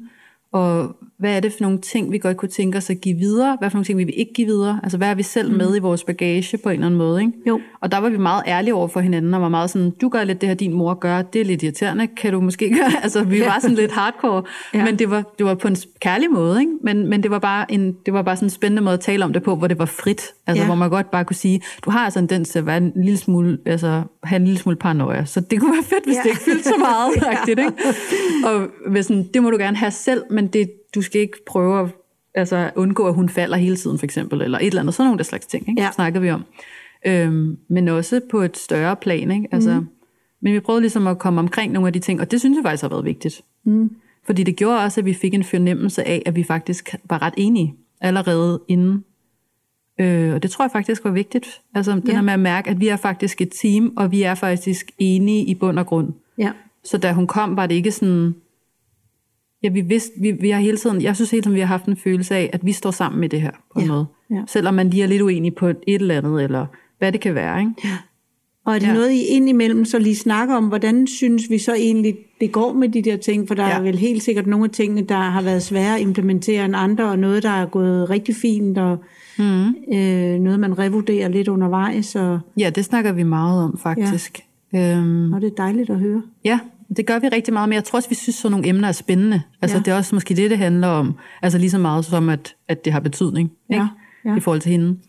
Og hvad er det for nogle ting, vi godt kunne tænke os at give videre? Hvad for nogle ting, vi vil ikke give videre? Altså, hvad er vi selv med i vores bagage på en eller anden måde, ikke? Jo. Og der var vi meget ærlige over for hinanden, og var meget sådan, du gør lidt det her, din mor gør, det er lidt irriterende, kan du måske gøre? Altså, vi var sådan lidt hardcore, men det var på en kærlig måde, ikke? Men det var bare sådan en spændende måde at tale om det på, hvor det var frit. Altså, hvor man godt bare kunne sige, du har altså en tendens til at være en lille smule, altså, have en lille smule paranoia, så det kunne være fedt, hvis det ikke fyldte så meget, rigtigt, ikke? Og sådan, det må du gerne have selv, men du skal ikke prøve at undgå, at hun falder hele tiden, for eksempel, eller et eller andet, sådan nogle der slags ting, ikke? Snakker vi om. Men også på et større plan, ikke? Altså, men vi prøvede ligesom at komme omkring nogle af de ting, og det synes jeg faktisk har været vigtigt. Fordi det gjorde også, at vi fik en fornemmelse af, at vi faktisk var ret enige allerede inden. Og det tror jeg faktisk var vigtigt. Altså det her med at mærke, at vi er faktisk et team, og vi er faktisk enige i bund og grund. Ja. Så da hun kom, var det ikke sådan... Ja, vi har hele tiden... Jeg synes hele tiden, vi har haft en følelse af, at vi står sammen med det her på en måde. Ja. Selvom man lige er lidt uenig på et eller andet, eller hvad det kan være, ikke? Ja. Og er det noget, I indimellem så lige snakker om, hvordan synes vi så egentlig, det går med de der ting? For der er vel helt sikkert nogle af tingene, der har været svære at implementere end andre, og noget, der er gået rigtig fint, og noget, man revurderer lidt undervejs. Og... Ja, det snakker vi meget om, faktisk. Ja. Og det er dejligt at høre. Ja, det gør vi rigtig meget, men jeg tror også, vi synes, sådan nogle emner er spændende. Altså, det er også måske det handler om. Altså lige så meget som, at det har betydning, ikke? I forhold til hende.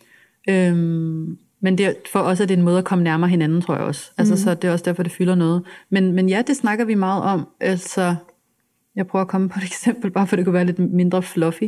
Men det, for os er det en måde at komme nærmere hinanden, tror jeg også. Altså, så det er også derfor, det fylder noget. Men ja, det snakker vi meget om. Altså, jeg prøver at komme på et eksempel, bare for det kunne være lidt mindre fluffy.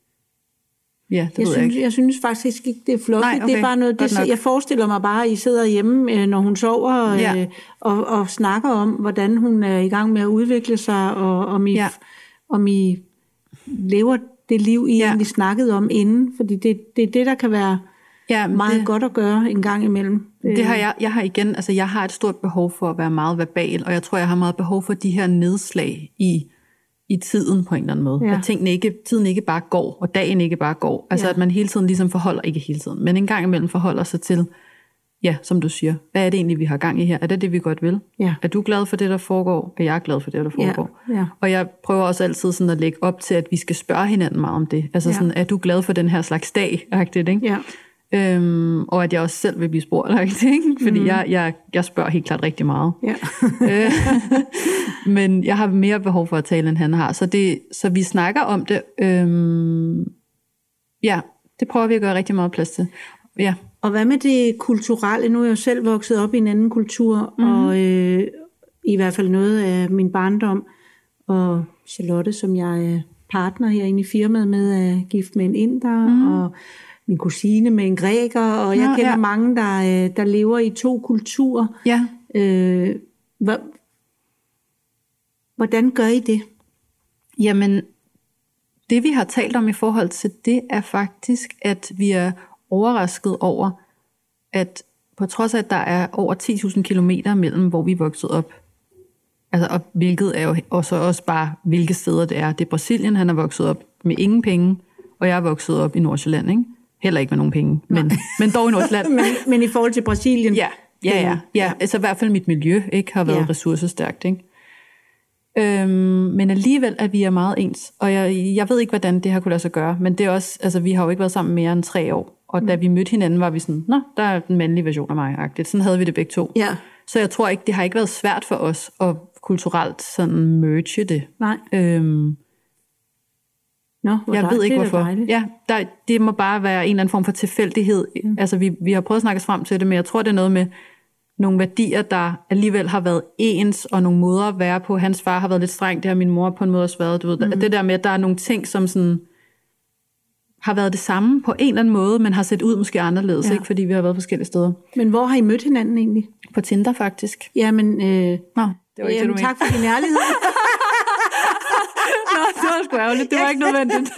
Ja, det ved jeg ikke. Jeg synes faktisk ikke, det er fluffy. Nej, okay. Det er bare noget, jeg forestiller mig bare, at I sidder hjemme, når hun sover, og snakker om, hvordan hun er i gang med at udvikle sig, og om I lever det liv, I egentlig snakkede om inden. Fordi det er det, der kan være meget godt at gøre en gang imellem. Det har jeg har igen, altså jeg har et stort behov for at være meget verbal, og jeg tror, jeg har meget behov for de her nedslag i tiden på en eller anden måde. At tiden ikke bare går, og dagen ikke bare går. Altså at man hele tiden ligesom forholder, ikke hele tiden, men en gang imellem forholder sig til, ja, som du siger, hvad er det egentlig, vi har gang i her? Er det vi godt vil? Ja. Er du glad for det, der foregår? Er jeg glad for det, der foregår? Ja. Og jeg prøver også altid sådan at lægge op til, at vi skal spørge hinanden meget om det. Altså sådan, er du glad for den her slags dag? Ikke? Ja. Og at jeg også selv vil blive spurgt, ikke? Fordi jeg spørger helt klart rigtig meget. Ja. Men jeg har mere behov for at tale, end han har. Så vi snakker om det. Det prøver vi at gøre rigtig meget plads til. Ja. Og hvad med det kulturelle? Nu er jeg jo selv vokset op i en anden kultur, og i hvert fald noget af min barndom. Og Charlotte, som jeg er partner herinde i firmaet med, er gift med en inder, og min kusine med en græker, og jeg kender mange, der lever i to kulturer. Ja. Hvordan gør I det? Jamen, det vi har talt om i forhold til det, er faktisk, at vi er overrasket over, at på trods af, at der er over 10.000 kilometer mellem, hvor vi er vokset op, altså, og hvilket er jo også bare, hvilke steder det er. Det er Brasilien, han er vokset op med ingen penge, og jeg er vokset op i Nordsjælland, ikke? Heller ikke med nogen penge, men dog i Nordsjælland. men i forhold til Brasilien? Ja. Altså i hvert fald mit miljø ikke har været ressourcestærkt, ikke? Men alligevel er vi meget ens, og jeg ved ikke, hvordan det her kunne lade sig gøre, men det er også, altså vi har jo ikke været sammen mere end 3 år, og da vi mødte hinanden, var vi sådan, nå, der er den mandlige version af mig-agtigt. Sådan havde vi det begge to. Ja. Så jeg tror ikke, det har ikke været svært for os at kulturelt sådan merge det. Nej. Jeg ved ikke hvorfor. Det må bare være en eller anden form for tilfældighed. Altså vi har prøvet at snakke frem til det, men jeg tror, det er noget med nogle værdier, der alligevel har været ens, og nogle måder at være på. Hans far har været lidt streng, det har min mor på en måde også været. Du ved, det der med, at der er nogle ting, som sådan har været det samme på en eller anden måde, men har set ud måske anderledes, ikke? Fordi vi har været forskellige steder. Men hvor har I mødt hinanden egentlig? På Tinder faktisk. Jamen, det var ikke det, du tak for din ærlighed. Nå, det var sgu ærgerligt. Det var ikke nødvendigt.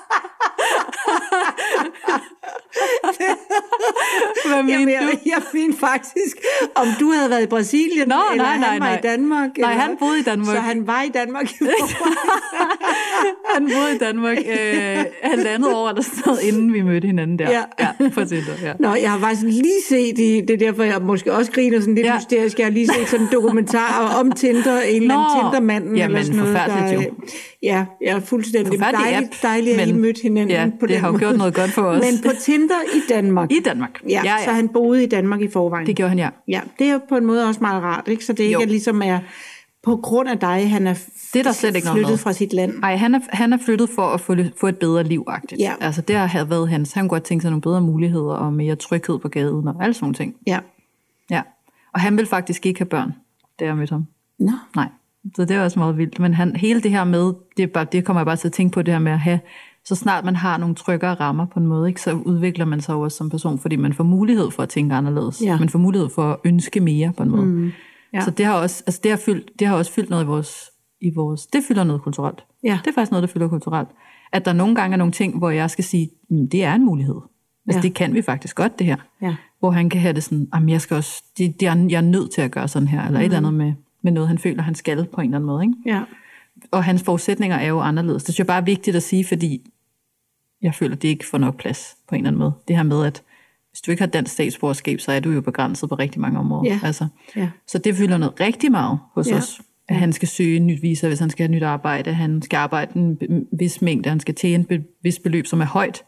Jeg mener faktisk, om du havde været i Brasilien, han var i Danmark. Nej, han boede i Danmark. Så han var i Danmark. Han boede i Danmark 1,5 år eller sådan noget, inden vi mødte hinanden der. Ja, på Tinder. Ja. Nå, jeg har faktisk lige set, det er derfor, jeg måske også griner sådan lidt hysterisk, jeg har lige set sådan en dokumentar om Tinder, en eller anden Tindermanden. Ja, men forfærdeligt jo. Ja, fuldstændig dejligt, at I mødte hinanden på den det har jo gjort noget godt for os. Men på Tinder i Danmark. I Danmark. Ja, så han boede i Danmark i forvejen. Det gjorde han, ja. Ja, det er på en måde også meget rart, ikke? Så det ikke er ligesom er på grund af dig, han er det er der slet ikke flyttet fra sit land. Nej, han er flyttet for at få et bedre liv-agtigt. Ja. Altså det har været hans. Han kunne godt tænke sig nogle bedre muligheder og mere tryghed på gaden og alle sådan nogle ting. Ja. Ja. Og han vil faktisk ikke have børn, da jeg mødte ham. Nå. Nej. Så det er også meget vildt. Men hele det her med, det kommer jeg bare til at tænke på, det her med at have, så snart man har nogle tryggere rammer på en måde, ikke, så udvikler man sig også som person, fordi man får mulighed for at tænke anderledes. Ja. Man får mulighed for at ønske mere på en måde. Mm. Ja. Så det har også, altså det har også fyldt noget i vores, det fylder noget kulturelt. Ja. Det er faktisk noget, der fylder kulturelt. At der nogle gange er nogle ting, hvor jeg skal sige, det er en mulighed. Altså det kan vi faktisk godt, det her. Ja. Hvor han kan have det sådan, jeg skal også, jeg er nødt til at gøre sådan her, eller et eller andet med noget, han føler, han skal på en eller anden måde. Ikke? Ja. Og hans forudsætninger er jo anderledes. Det synes jeg bare er vigtigt at sige, fordi jeg føler, at det ikke får nok plads på en eller anden måde. Det her med, at hvis du ikke har dansk statsborgerskab, så er du jo begrænset på rigtig mange områder. Ja. Altså. Ja. Så det fylder noget rigtig meget hos os. At han skal søge en nyt visa, hvis han skal have nyt arbejde. Han skal arbejde en vis mængde. Han skal tjene et vis beløb, som er højt.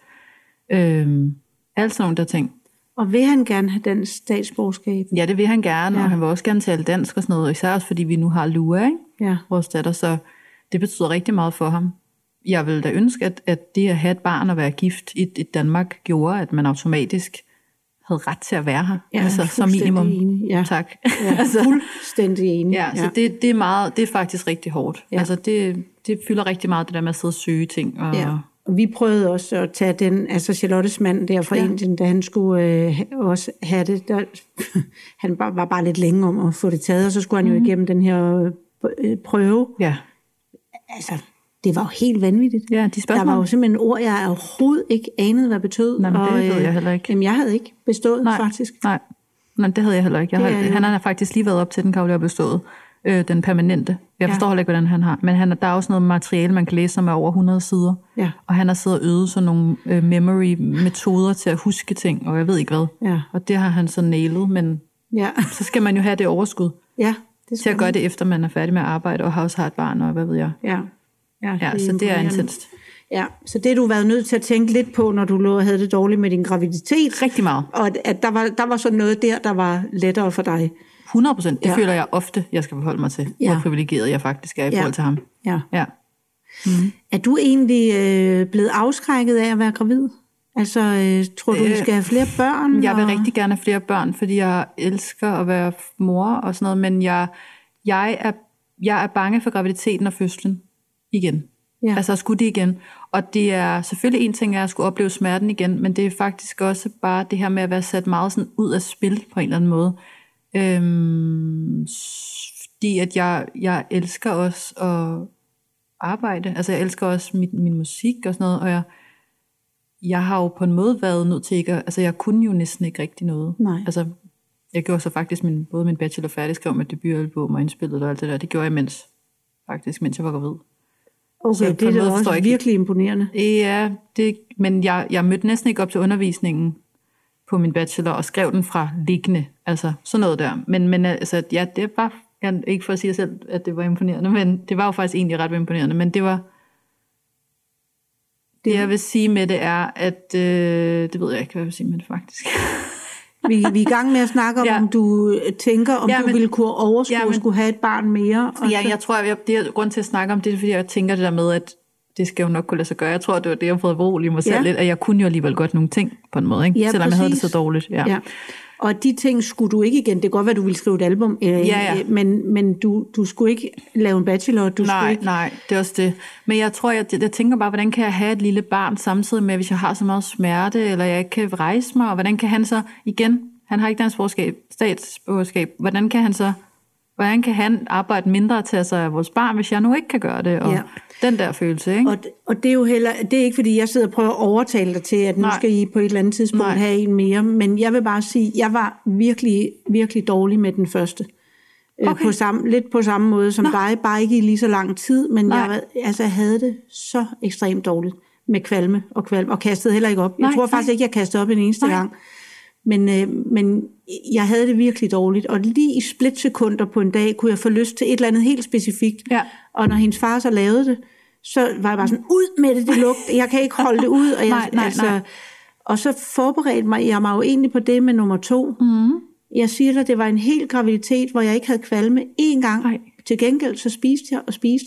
Alt sådan nogle der ting. Og vil han gerne have dansk statsborgerskab? Ja, det vil han gerne, og han vil også gerne tale dansk og sådan noget. Især også, fordi vi nu har Lua, ikke? Ja. Vores datter, så det betyder rigtig meget for ham. Jeg vil da ønske, at det at have et barn og være gift i Danmark gjorde, at man automatisk havde ret til at være her. Ja, altså, som minimum. Enig. Ja. Tak. Ja, altså, fuldstændig enig. Ja, så det er meget, det er faktisk rigtig hårdt. Ja. Altså det fylder rigtig meget det der med at sidde og søge ting. Og vi prøvede også at tage den, altså Charlottes mand der fra Indien, da han skulle også have det. Han var bare lidt længe om at få det taget, og så skulle han jo igennem den her prøve. Ja. Altså, det var jo helt vanvittigt. Ja, der var jo simpelthen ord, jeg overhovedet ikke anede, hvad betød. Nej, men det ved jeg heller ikke. Jamen, jeg havde ikke bestået, faktisk. Nej, det havde jeg heller ikke. Han har faktisk lige været op til den Karoline har bestået. Den permanente. Jeg forstår heller ikke, hvordan han har. Men der er også noget materiale, man kan læse, som er over 100 sider. Ja. Og han har siddet og øvet sådan nogle memory-metoder til at huske ting, og jeg ved ikke hvad. Ja. Og det har han så nailet, men så skal man jo have det overskud til at gøre det, efter man er færdig med at arbejde, og også har et barn, og hvad ved jeg. Ja, så det er intenst. Ja, så det du været nødt til at tænke lidt på, når du havde det dårligt med din graviditet. Rigtig meget. Og at der var sådan noget der var lettere for dig. 100%. Det føler jeg ofte, jeg skal forholde mig til, hvor privilegeret jeg faktisk er i forhold til ham. Ja. Mm-hmm. Er du egentlig blevet afskrækket af at være gravid? Altså, tror du skal have flere børn? Jeg vil rigtig gerne have flere børn, fordi jeg elsker at være mor og sådan noget, men jeg er bange for graviditeten og fødslen igen. Ja. Altså at skulle det igen. Og det er selvfølgelig en ting, at jeg skulle opleve smerten igen, men det er faktisk også bare det her med at være sat meget sådan ud af spil på en eller anden måde. Fordi at jeg elsker også at arbejde. Altså jeg elsker også min musik og sådan noget, og jeg har jo på en måde været nødt til ikke altså jeg kunne jo næsten ikke rigtig noget. Nej. Altså jeg gjorde så faktisk både min bachelor færdig, skrev med debutalbum og indspillet og alt det der. Det gjorde jeg mens jeg var gravid. Okay, så det er også virkelig imponerende. Ja, men jeg mødte næsten ikke op til undervisningen på min bachelor og skrev den fra liggende, altså sådan noget der. Men altså, ja, det var ikke for at sige selv, at det var imponerende, men det var jo faktisk egentlig ret imponerende, men det jeg vil sige med det er, at det ved jeg ikke, hvad jeg vil sige med det faktisk. Vi er i gang med at snakke om du tænker, om du ville kunne overskue og skulle have et barn mere. Jeg tror, det er grund til at snakke om det, fordi jeg tænker det der med, at det skal jo nok kunne lade sig gøre. Jeg tror, det var det, jeg prøvede at berolige mig selv lidt, at jeg kunne jo alligevel godt nogle ting på en måde, ikke? Selvom præcis. Jeg havde det så dårligt. Ja. Og de ting skulle du ikke igen. Det kan godt være, du ville skrive et album, men du skulle ikke lave en bachelor. Nej, det er også det. Men jeg tror, jeg tænker bare, hvordan kan jeg have et lille barn samtidig med, hvis jeg har så meget smerte, eller jeg ikke kan rejse mig, og hvordan kan han så, igen, han har ikke dansk statsborgerskab, hvordan kan han arbejde mindre og tage sig af vores barn, hvis jeg nu ikke kan gøre det, og den der følelse, ikke? Og det er jo det er ikke, fordi jeg sidder og prøver at overtale dig til, at nu skal I på et eller andet tidspunkt have en mere, men jeg vil bare sige, jeg var virkelig, virkelig dårlig med den første. Lidt på samme måde som dig, bare ikke i lige så lang tid, men jeg havde det så ekstremt dårligt med kvalme, og kastede heller ikke op. Jeg tror faktisk ikke, jeg kastede op en eneste gang. Men jeg havde det virkelig dårligt, og lige i splitsekunder på en dag, kunne jeg få lyst til et eller andet helt specifikt. Ja. Og når hendes far så lavede det, så var jeg bare sådan, ud med det lugte, jeg kan ikke holde det ud. Og nej. Og så forberedte jeg mig jo egentlig på det med nummer 2. Mm. Jeg siger dig, det var en hel graviditet, hvor jeg ikke havde kvalme én gang. Nej. Til gengæld så spiste jeg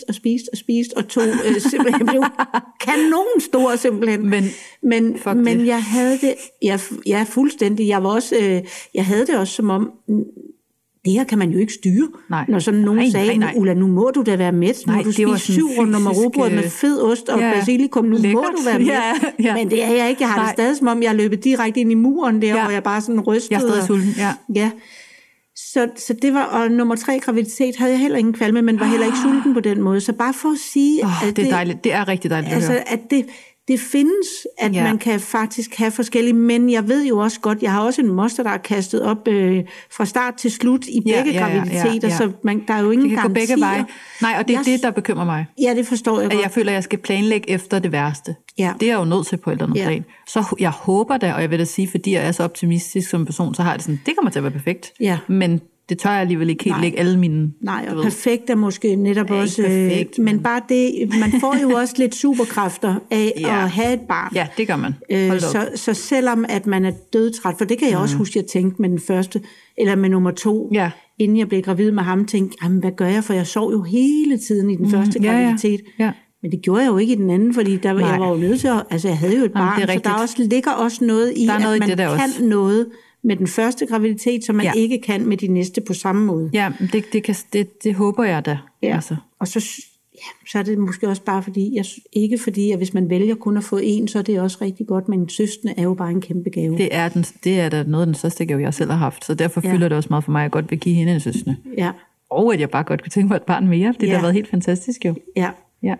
og tog simpelthen blev kanonstor simpelthen. Men jeg havde det, fuldstændig. Jeg var også, jeg havde det også som om, det her kan man jo ikke styre. Nej. Når sådan nogen sagde, Ulla, nu må du da være mæt, nu må du spise 7 runder med rugbrød med fed ost og basilikum, nu må du være mæt. Ja. Men det er jeg ikke, jeg har det stadig som om, jeg løbet direkte ind i muren der, hvor jeg bare sådan rystede. Jeg er stadig sulten, ja. Så det var, og nummer 3 graviditet havde jeg heller ingen kvalme, men var heller ikke sulten på den måde. Så bare for at sige, at det er dejligt. Det er rigtig dejligt at høre. At det findes, at man kan faktisk have forskellige, men jeg ved jo også godt, jeg har også en moster, der er kastet op fra start til slut i begge graviditeter, så der er jo ingen garantier. Det kan gå begge veje. Nej, og det er det, der bekymrer mig. Ja, det forstår jeg godt. At jeg føler, at jeg skal planlægge efter det værste. Ja. Det er jeg jo nødt til på et eller andet plan. Så jeg håber da, og jeg vil da sige, fordi jeg er så optimistisk som person, så har jeg det sådan, det kommer til at være perfekt. Ja. Men det tør jeg alligevel ikke helt lægge alle mine... Nej, og perfekt er måske netop også... Perfekt, men bare det... Man får jo også lidt superkræfter af at have et barn. Ja, det gør man. Så selvom at man er dødtræt, for det kan jeg også huske, jeg tænkte med den første, eller med nummer 2, inden jeg blev gravid med ham, tænkte, jamen hvad gør jeg, for jeg sov jo hele tiden i den første graviditet. Ja. Men det gjorde jeg jo ikke i den anden, fordi jeg var jo nødt til at... Altså, jeg havde jo et barn, så der ligger også noget i, at man kan også noget med den første graviditet, som man ikke kan med de næste på samme måde. Ja, det håber jeg da. Ja. Altså. Og så er det måske også bare fordi, at hvis man vælger kun at få en, så er det også rigtig godt, men en søskende er jo bare en kæmpe gave. Det er da noget af den største gave, jeg selv har haft, så derfor fylder det også meget for mig, at jeg godt vil give hende en søskende. Ja. Og at jeg bare godt kunne tænke mig et barn mere, det har været helt fantastisk jo. Ja.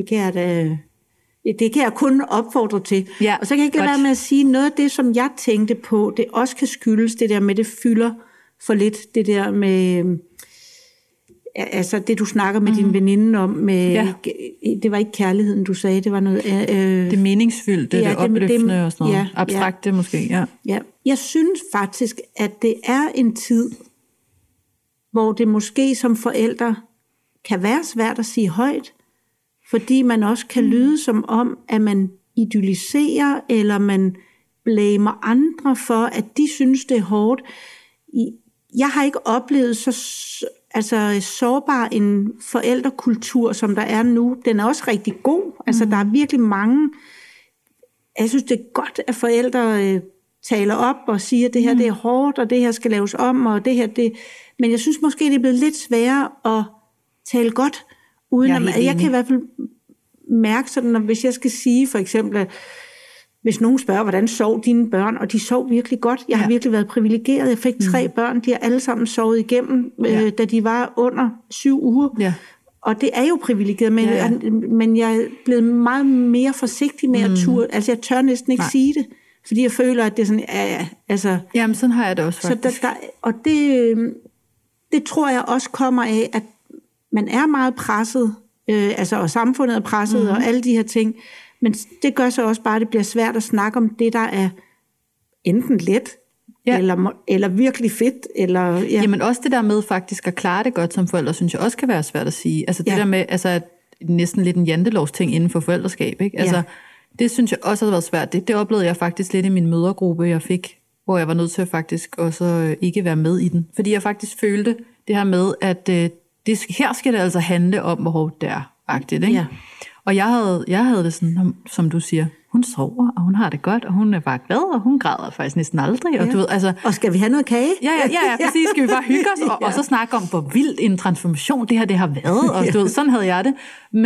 Det kan jeg kun opfordre til. Ja, og så kan jeg ikke lade være med at sige, noget af det, som jeg tænkte på, det også kan skyldes det der med, det fylder for lidt, det der med, altså det du snakker med din veninde om, med, det var ikke kærligheden, du sagde, det var noget... det meningsfyldte, det opløftende og sådan noget, abstrakte måske, Ja, jeg synes faktisk, at det er en tid, hvor det måske som forældre kan være svært at sige højt, fordi man også kan lyde som om, at man idylliserer, eller man blamer andre for, at de synes, det er hårdt. Jeg har ikke oplevet så sårbar en forældrekultur, som der er nu. Den er også rigtig god. Altså, der er virkelig mange... Jeg synes, det er godt, at forældre taler op og siger, at det her det er hårdt, og det her skal laves om, og det her det... Men jeg synes måske, det er blevet lidt sværere at tale godt, uden jeg kan i hvert fald mærke sådan, at hvis jeg skal sige for eksempel, at hvis nogen spørger, hvordan sov dine børn, og de sov virkelig godt. Jeg har virkelig været privilegeret. Jeg fik 3 børn, de har alle sammen sovet igennem, da de var under 7 uger. Ja. Og det er jo privilegeret, men jeg er blevet meget mere forsigtig med at turde. Altså jeg tør næsten ikke sige det, fordi jeg føler, at det er sådan, altså... Jamen sådan har jeg det også faktisk. Så og det tror jeg også kommer af, at man er meget presset, og samfundet er presset, og alle de her ting. Men det gør så også bare, at det bliver svært at snakke om det, der er enten let, eller virkelig fedt. Eller, Jamen også det der med faktisk at klare det godt som forældre, synes jeg også kan være svært at sige. Altså det der med, næsten lidt en jantelovs ting inden for forældreskab, ikke? Altså, det synes jeg også har været svært. Det oplevede jeg faktisk lidt i min mødergruppe, jeg fik, hvor jeg var nødt til at faktisk også ikke være med i den. Fordi jeg faktisk følte det her med, at her skal det altså handle om, hvor hårdt det er. Ikke? Ja. Og jeg havde det sådan, som du siger, hun sover, og hun har det godt, og hun er bare glad, og hun græder faktisk næsten aldrig. Og, du ved, altså, og skal vi have noget kage? Ja, præcis. Skal vi bare hygge os, og så snakke om, hvor vildt en transformation det har været. Og du ved, sådan havde jeg det.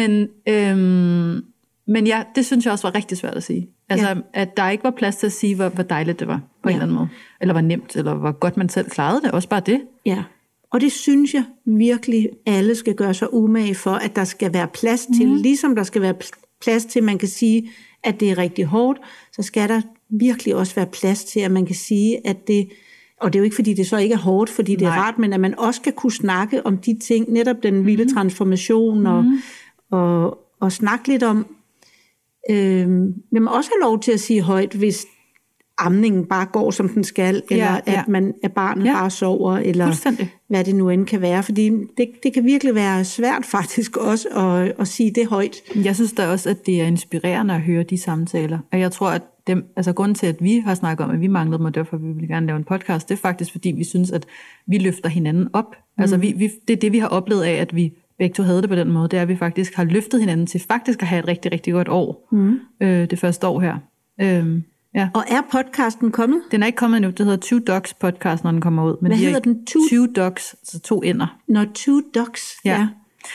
Men det synes jeg også var rigtig svært at sige. Altså, at der ikke var plads til at sige, hvor dejligt det var, på en eller anden måde. Eller hvor nemt, eller hvor godt man selv klarede det. Også bare det. Ja. Og det synes jeg virkelig, alle skal gøre sig umage for, at der skal være plads til, ligesom der skal være plads til, at man kan sige, at det er rigtig hårdt, så skal der virkelig også være plads til, at man kan sige, at det Og det er jo ikke, fordi det så ikke er hårdt, fordi det er rart, men at man også skal kunne snakke om de ting, netop den vilde transformation, og snakke lidt om, men man også har lov til at sige højt, hvis amningen bare går, som den skal, eller at barnet bare sover, eller hvad det nu end kan være. Fordi det kan virkelig være svært faktisk også at sige det højt. Jeg synes da også, at det er inspirerende at høre de samtaler. Og jeg tror, at grunden til, at vi har snakket om, at vi manglede dem, og derfor vi vil gerne lave en podcast, det er faktisk, fordi vi synes, at vi løfter hinanden op. Altså det er det, vi har oplevet af, at vi begge to havde det på den måde, det er, at vi faktisk har løftet hinanden til faktisk at have et rigtig, rigtig godt år. Det første år her. Ja. Og er podcasten kommet? Den er ikke kommet endnu. Det hedder Two Dogs podcast, når den kommer ud. Men hvad hedder den? Two Dogs, altså 2 ender. Nå, Two Dogs, ja.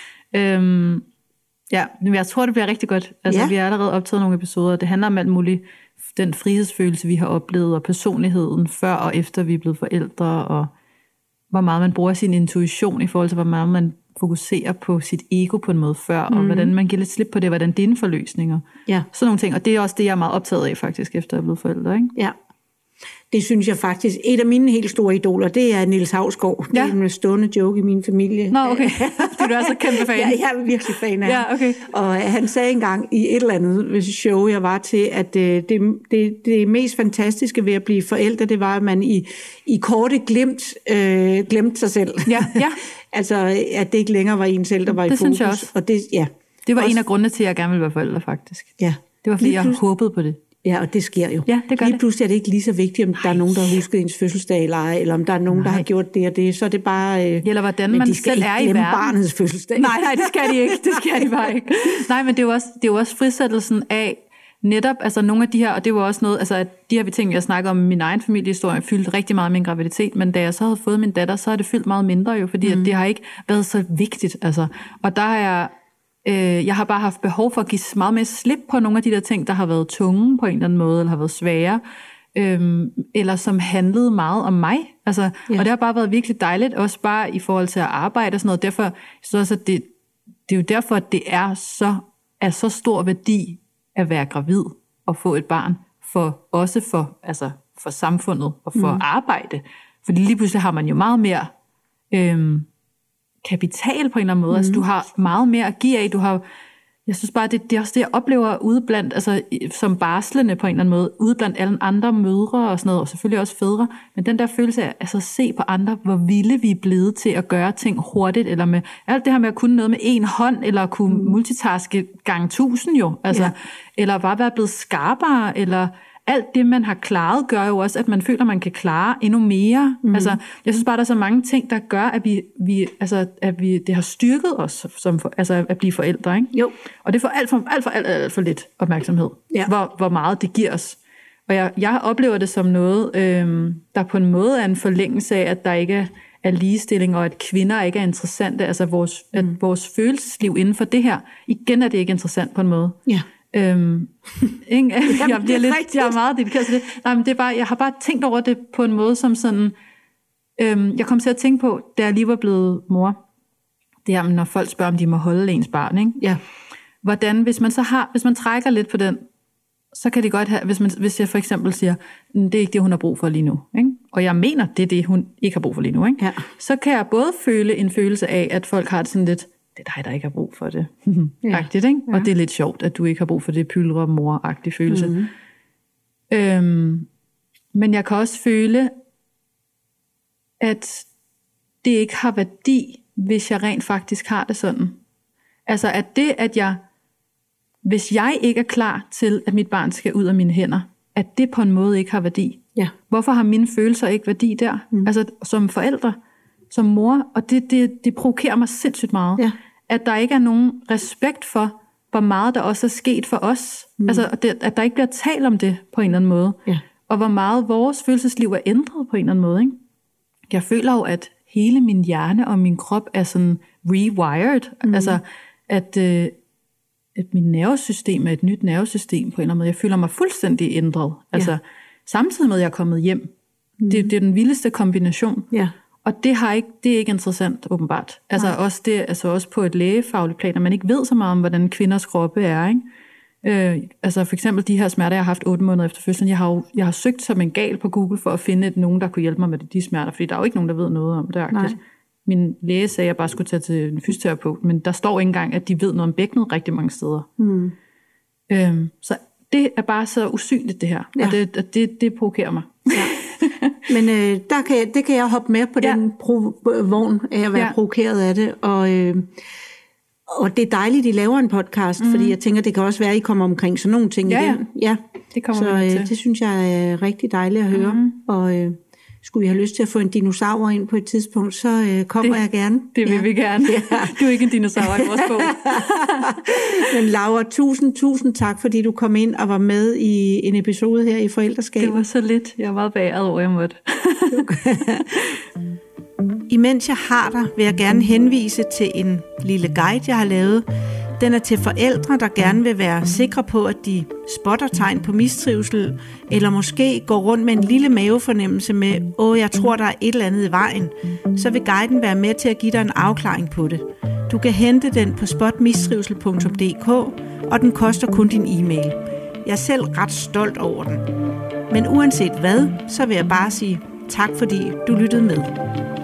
Ja, men jeg tror, det bliver rigtig godt. Altså, vi har allerede optaget nogle episoder. Det handler om alt muligt. Den frihedsfølelse, vi har oplevet, og personligheden før og efter, vi er blevet forældre, og hvor meget man bruger sin intuition i forhold til, hvor meget man fokuserer på sit ego på en måde før, og hvordan man giver lidt slip på det, hvordan dine forløsninger. Ja. Sådan nogle ting. Og det er også det, jeg er meget optaget af faktisk, efter jeg er blevet forældre. Ikke? Ja. Det synes jeg faktisk. Et af mine helt store idoler, det er Niels Hausgaard. Det er en stående joke i min familie. Nå, okay. Du er også kæmpe fan. Ja, jeg er virkelig fan af ham. Ja, okay. Og han sagde engang i et eller andet show, jeg var til, at det mest fantastiske ved at blive forældre, det var, at man i korte glimt glemte sig selv. Ja. Altså, at det ikke længere var en selv, der var i fokus. Det synes jeg også. Og det var også en af grundene til, at jeg gerne ville være forældre, faktisk. Ja. Det var, fordi jeg håbede på det. Ja, og det sker jo. Ja, det gør lige pludselig er det ikke lige så vigtigt, om der er nogen, der har husket ens fødselsdag eller ej, eller om der er nogen, der har gjort det og det. Så er det bare... eller hvordan man selv er i verden. Barnets fødselsdag. Nej, det skal de ikke. Det skal de bare ikke. Nej, men det er jo også frisættelsen af netop, altså nogle af de her, og det var også noget, altså at de her ting, jeg snakker om min egen familiehistorie, fyldte rigtig meget af min graviditet, men da jeg så havde fået min datter, så har det fyldt meget mindre jo, fordi at det har ikke været så vigtigt, altså. Og der har jeg har bare haft behov for at give meget mere slip på nogle af de der ting, der har været tunge på en eller anden måde, eller har været svære, eller som handlede meget om mig. Altså, og det har bare været virkelig dejligt, også bare i forhold til at arbejde og sådan noget. Derfor synes jeg også, at det er jo derfor, at det er så stor værdi at være gravid og få et barn, også for samfundet og for arbejde. Fordi lige pludselig har man jo meget mere kapital på en eller anden måde. Altså, du har meget mere at give af. Jeg synes bare, det er også det, jeg oplever ude blandt, altså som barslende på en eller anden måde, ude blandt alle andre mødre og sådan noget, og selvfølgelig også fædre, men den der følelse af altså, at se på andre, hvor vilde vi er blevet til at gøre ting hurtigt, eller med alt det her med at kunne noget med en hånd, eller kunne multitaske gange 1000 jo, altså, eller bare være blevet skarpere, eller alt det, man har klaret, gør jo også, at man føler, at man kan klare endnu mere. Altså, jeg synes bare, der er så mange ting, der gør, at det har styrket os som at blive forældre. Ikke? Jo. Og det får alt for lidt opmærksomhed, hvor meget det giver os. Og jeg oplever det som noget, der på en måde er en forlængelse af, at der ikke er ligestilling, og at kvinder ikke er interessante. Altså, at vores følelsesliv inden for det her, igen er det ikke interessant på en måde. Ja. Jeg er meget dedikeret til det. Nej, men det er bare, jeg har bare tænkt over det på en måde som sådan, jeg kom til at tænke på, da jeg lige var blevet mor, det her, når folk spørger, om de må holde ens barn, ikke? Ja. Hvordan, hvis man trækker lidt på den, så kan det godt have, hvis jeg for eksempel siger, det er ikke det, hun har brug for lige nu, ikke? Og jeg mener, det er det, hun ikke har brug for lige nu, ikke? Ja. Så kan jeg både føle en følelse af, at folk har det sådan lidt, det er dig, der ikke har brug for det. Agtigt, ikke? Ja. Og det er lidt sjovt, at du ikke har brug for det pylre mor-agtige følelse. Men jeg kan også føle, at det ikke har værdi, hvis jeg rent faktisk har det sådan. Altså at det, hvis jeg ikke er klar til, at mit barn skal ud af mine hænder, at det på en måde ikke har værdi. Ja. Hvorfor har mine følelser ikke værdi der? Altså som forældre, som mor, og det provokerer mig sindssygt meget. Ja. At der ikke er nogen respekt for, hvor meget der også er sket for os. Altså, at der ikke bliver talt om det på en eller anden måde. Ja. Og hvor meget vores følelsesliv er ændret på en eller anden måde. Ikke? Jeg føler jo, at hele min hjerne og min krop er sådan rewired. Altså, at mit nervesystem er et nyt nervesystem på en eller anden måde. Jeg føler mig fuldstændig ændret. Altså, samtidig med, at jeg er kommet hjem. Det er den vildeste kombination. Ja. Og det er ikke interessant, åbenbart. Altså også på et lægefagligt plan, at man ikke ved så meget om, hvordan kvinders kroppe er. Altså for eksempel de her smerter, jeg har haft 8 måneder efter fødslen. Jeg har søgt som en gal på Google for at finde nogen, der kunne hjælpe mig med de smerter, fordi der er jo ikke nogen, der ved noget om det. Min læge sagde, at jeg bare skulle tage til en fysioterapeut, men der står ikke engang, at de ved noget om bækkenet rigtig mange steder. Så det er bare så usynligt det her, og det provokerer mig. Ja. Men det kan jeg hoppe med på den vogn af at være provokeret af det, og det er dejligt, at I laver en podcast, fordi jeg tænker, det kan også være, at I kommer omkring sådan nogle ting i den. Ja, det kommer vi til. Det synes jeg er rigtig dejligt at høre, og skulle vi have lyst til at få en dinosaur ind på et tidspunkt, så kommer jeg gerne. Det vil vi gerne. Ja. Du er ikke en dinosaur i vores bog. Men Laura, tusind tak, fordi du kom ind og var med i en episode her i Forældreskab. Det var så lidt. Jeg var meget beæret over, jeg måtte. Imens jeg har dig, vil jeg gerne henvise til en lille guide, jeg har lavet. Den er til forældre, der gerne vil være sikre på, at de spotter tegn på mistrivsel, eller måske går rundt med en lille mavefornemmelse med, jeg tror, der er et eller andet i vejen. Så vil guiden være med til at give dig en afklaring på det. Du kan hente den på spotmistrivsel.dk, og den koster kun din e-mail. Jeg er selv ret stolt over den. Men uanset hvad, så vil jeg bare sige tak, fordi du lyttede med.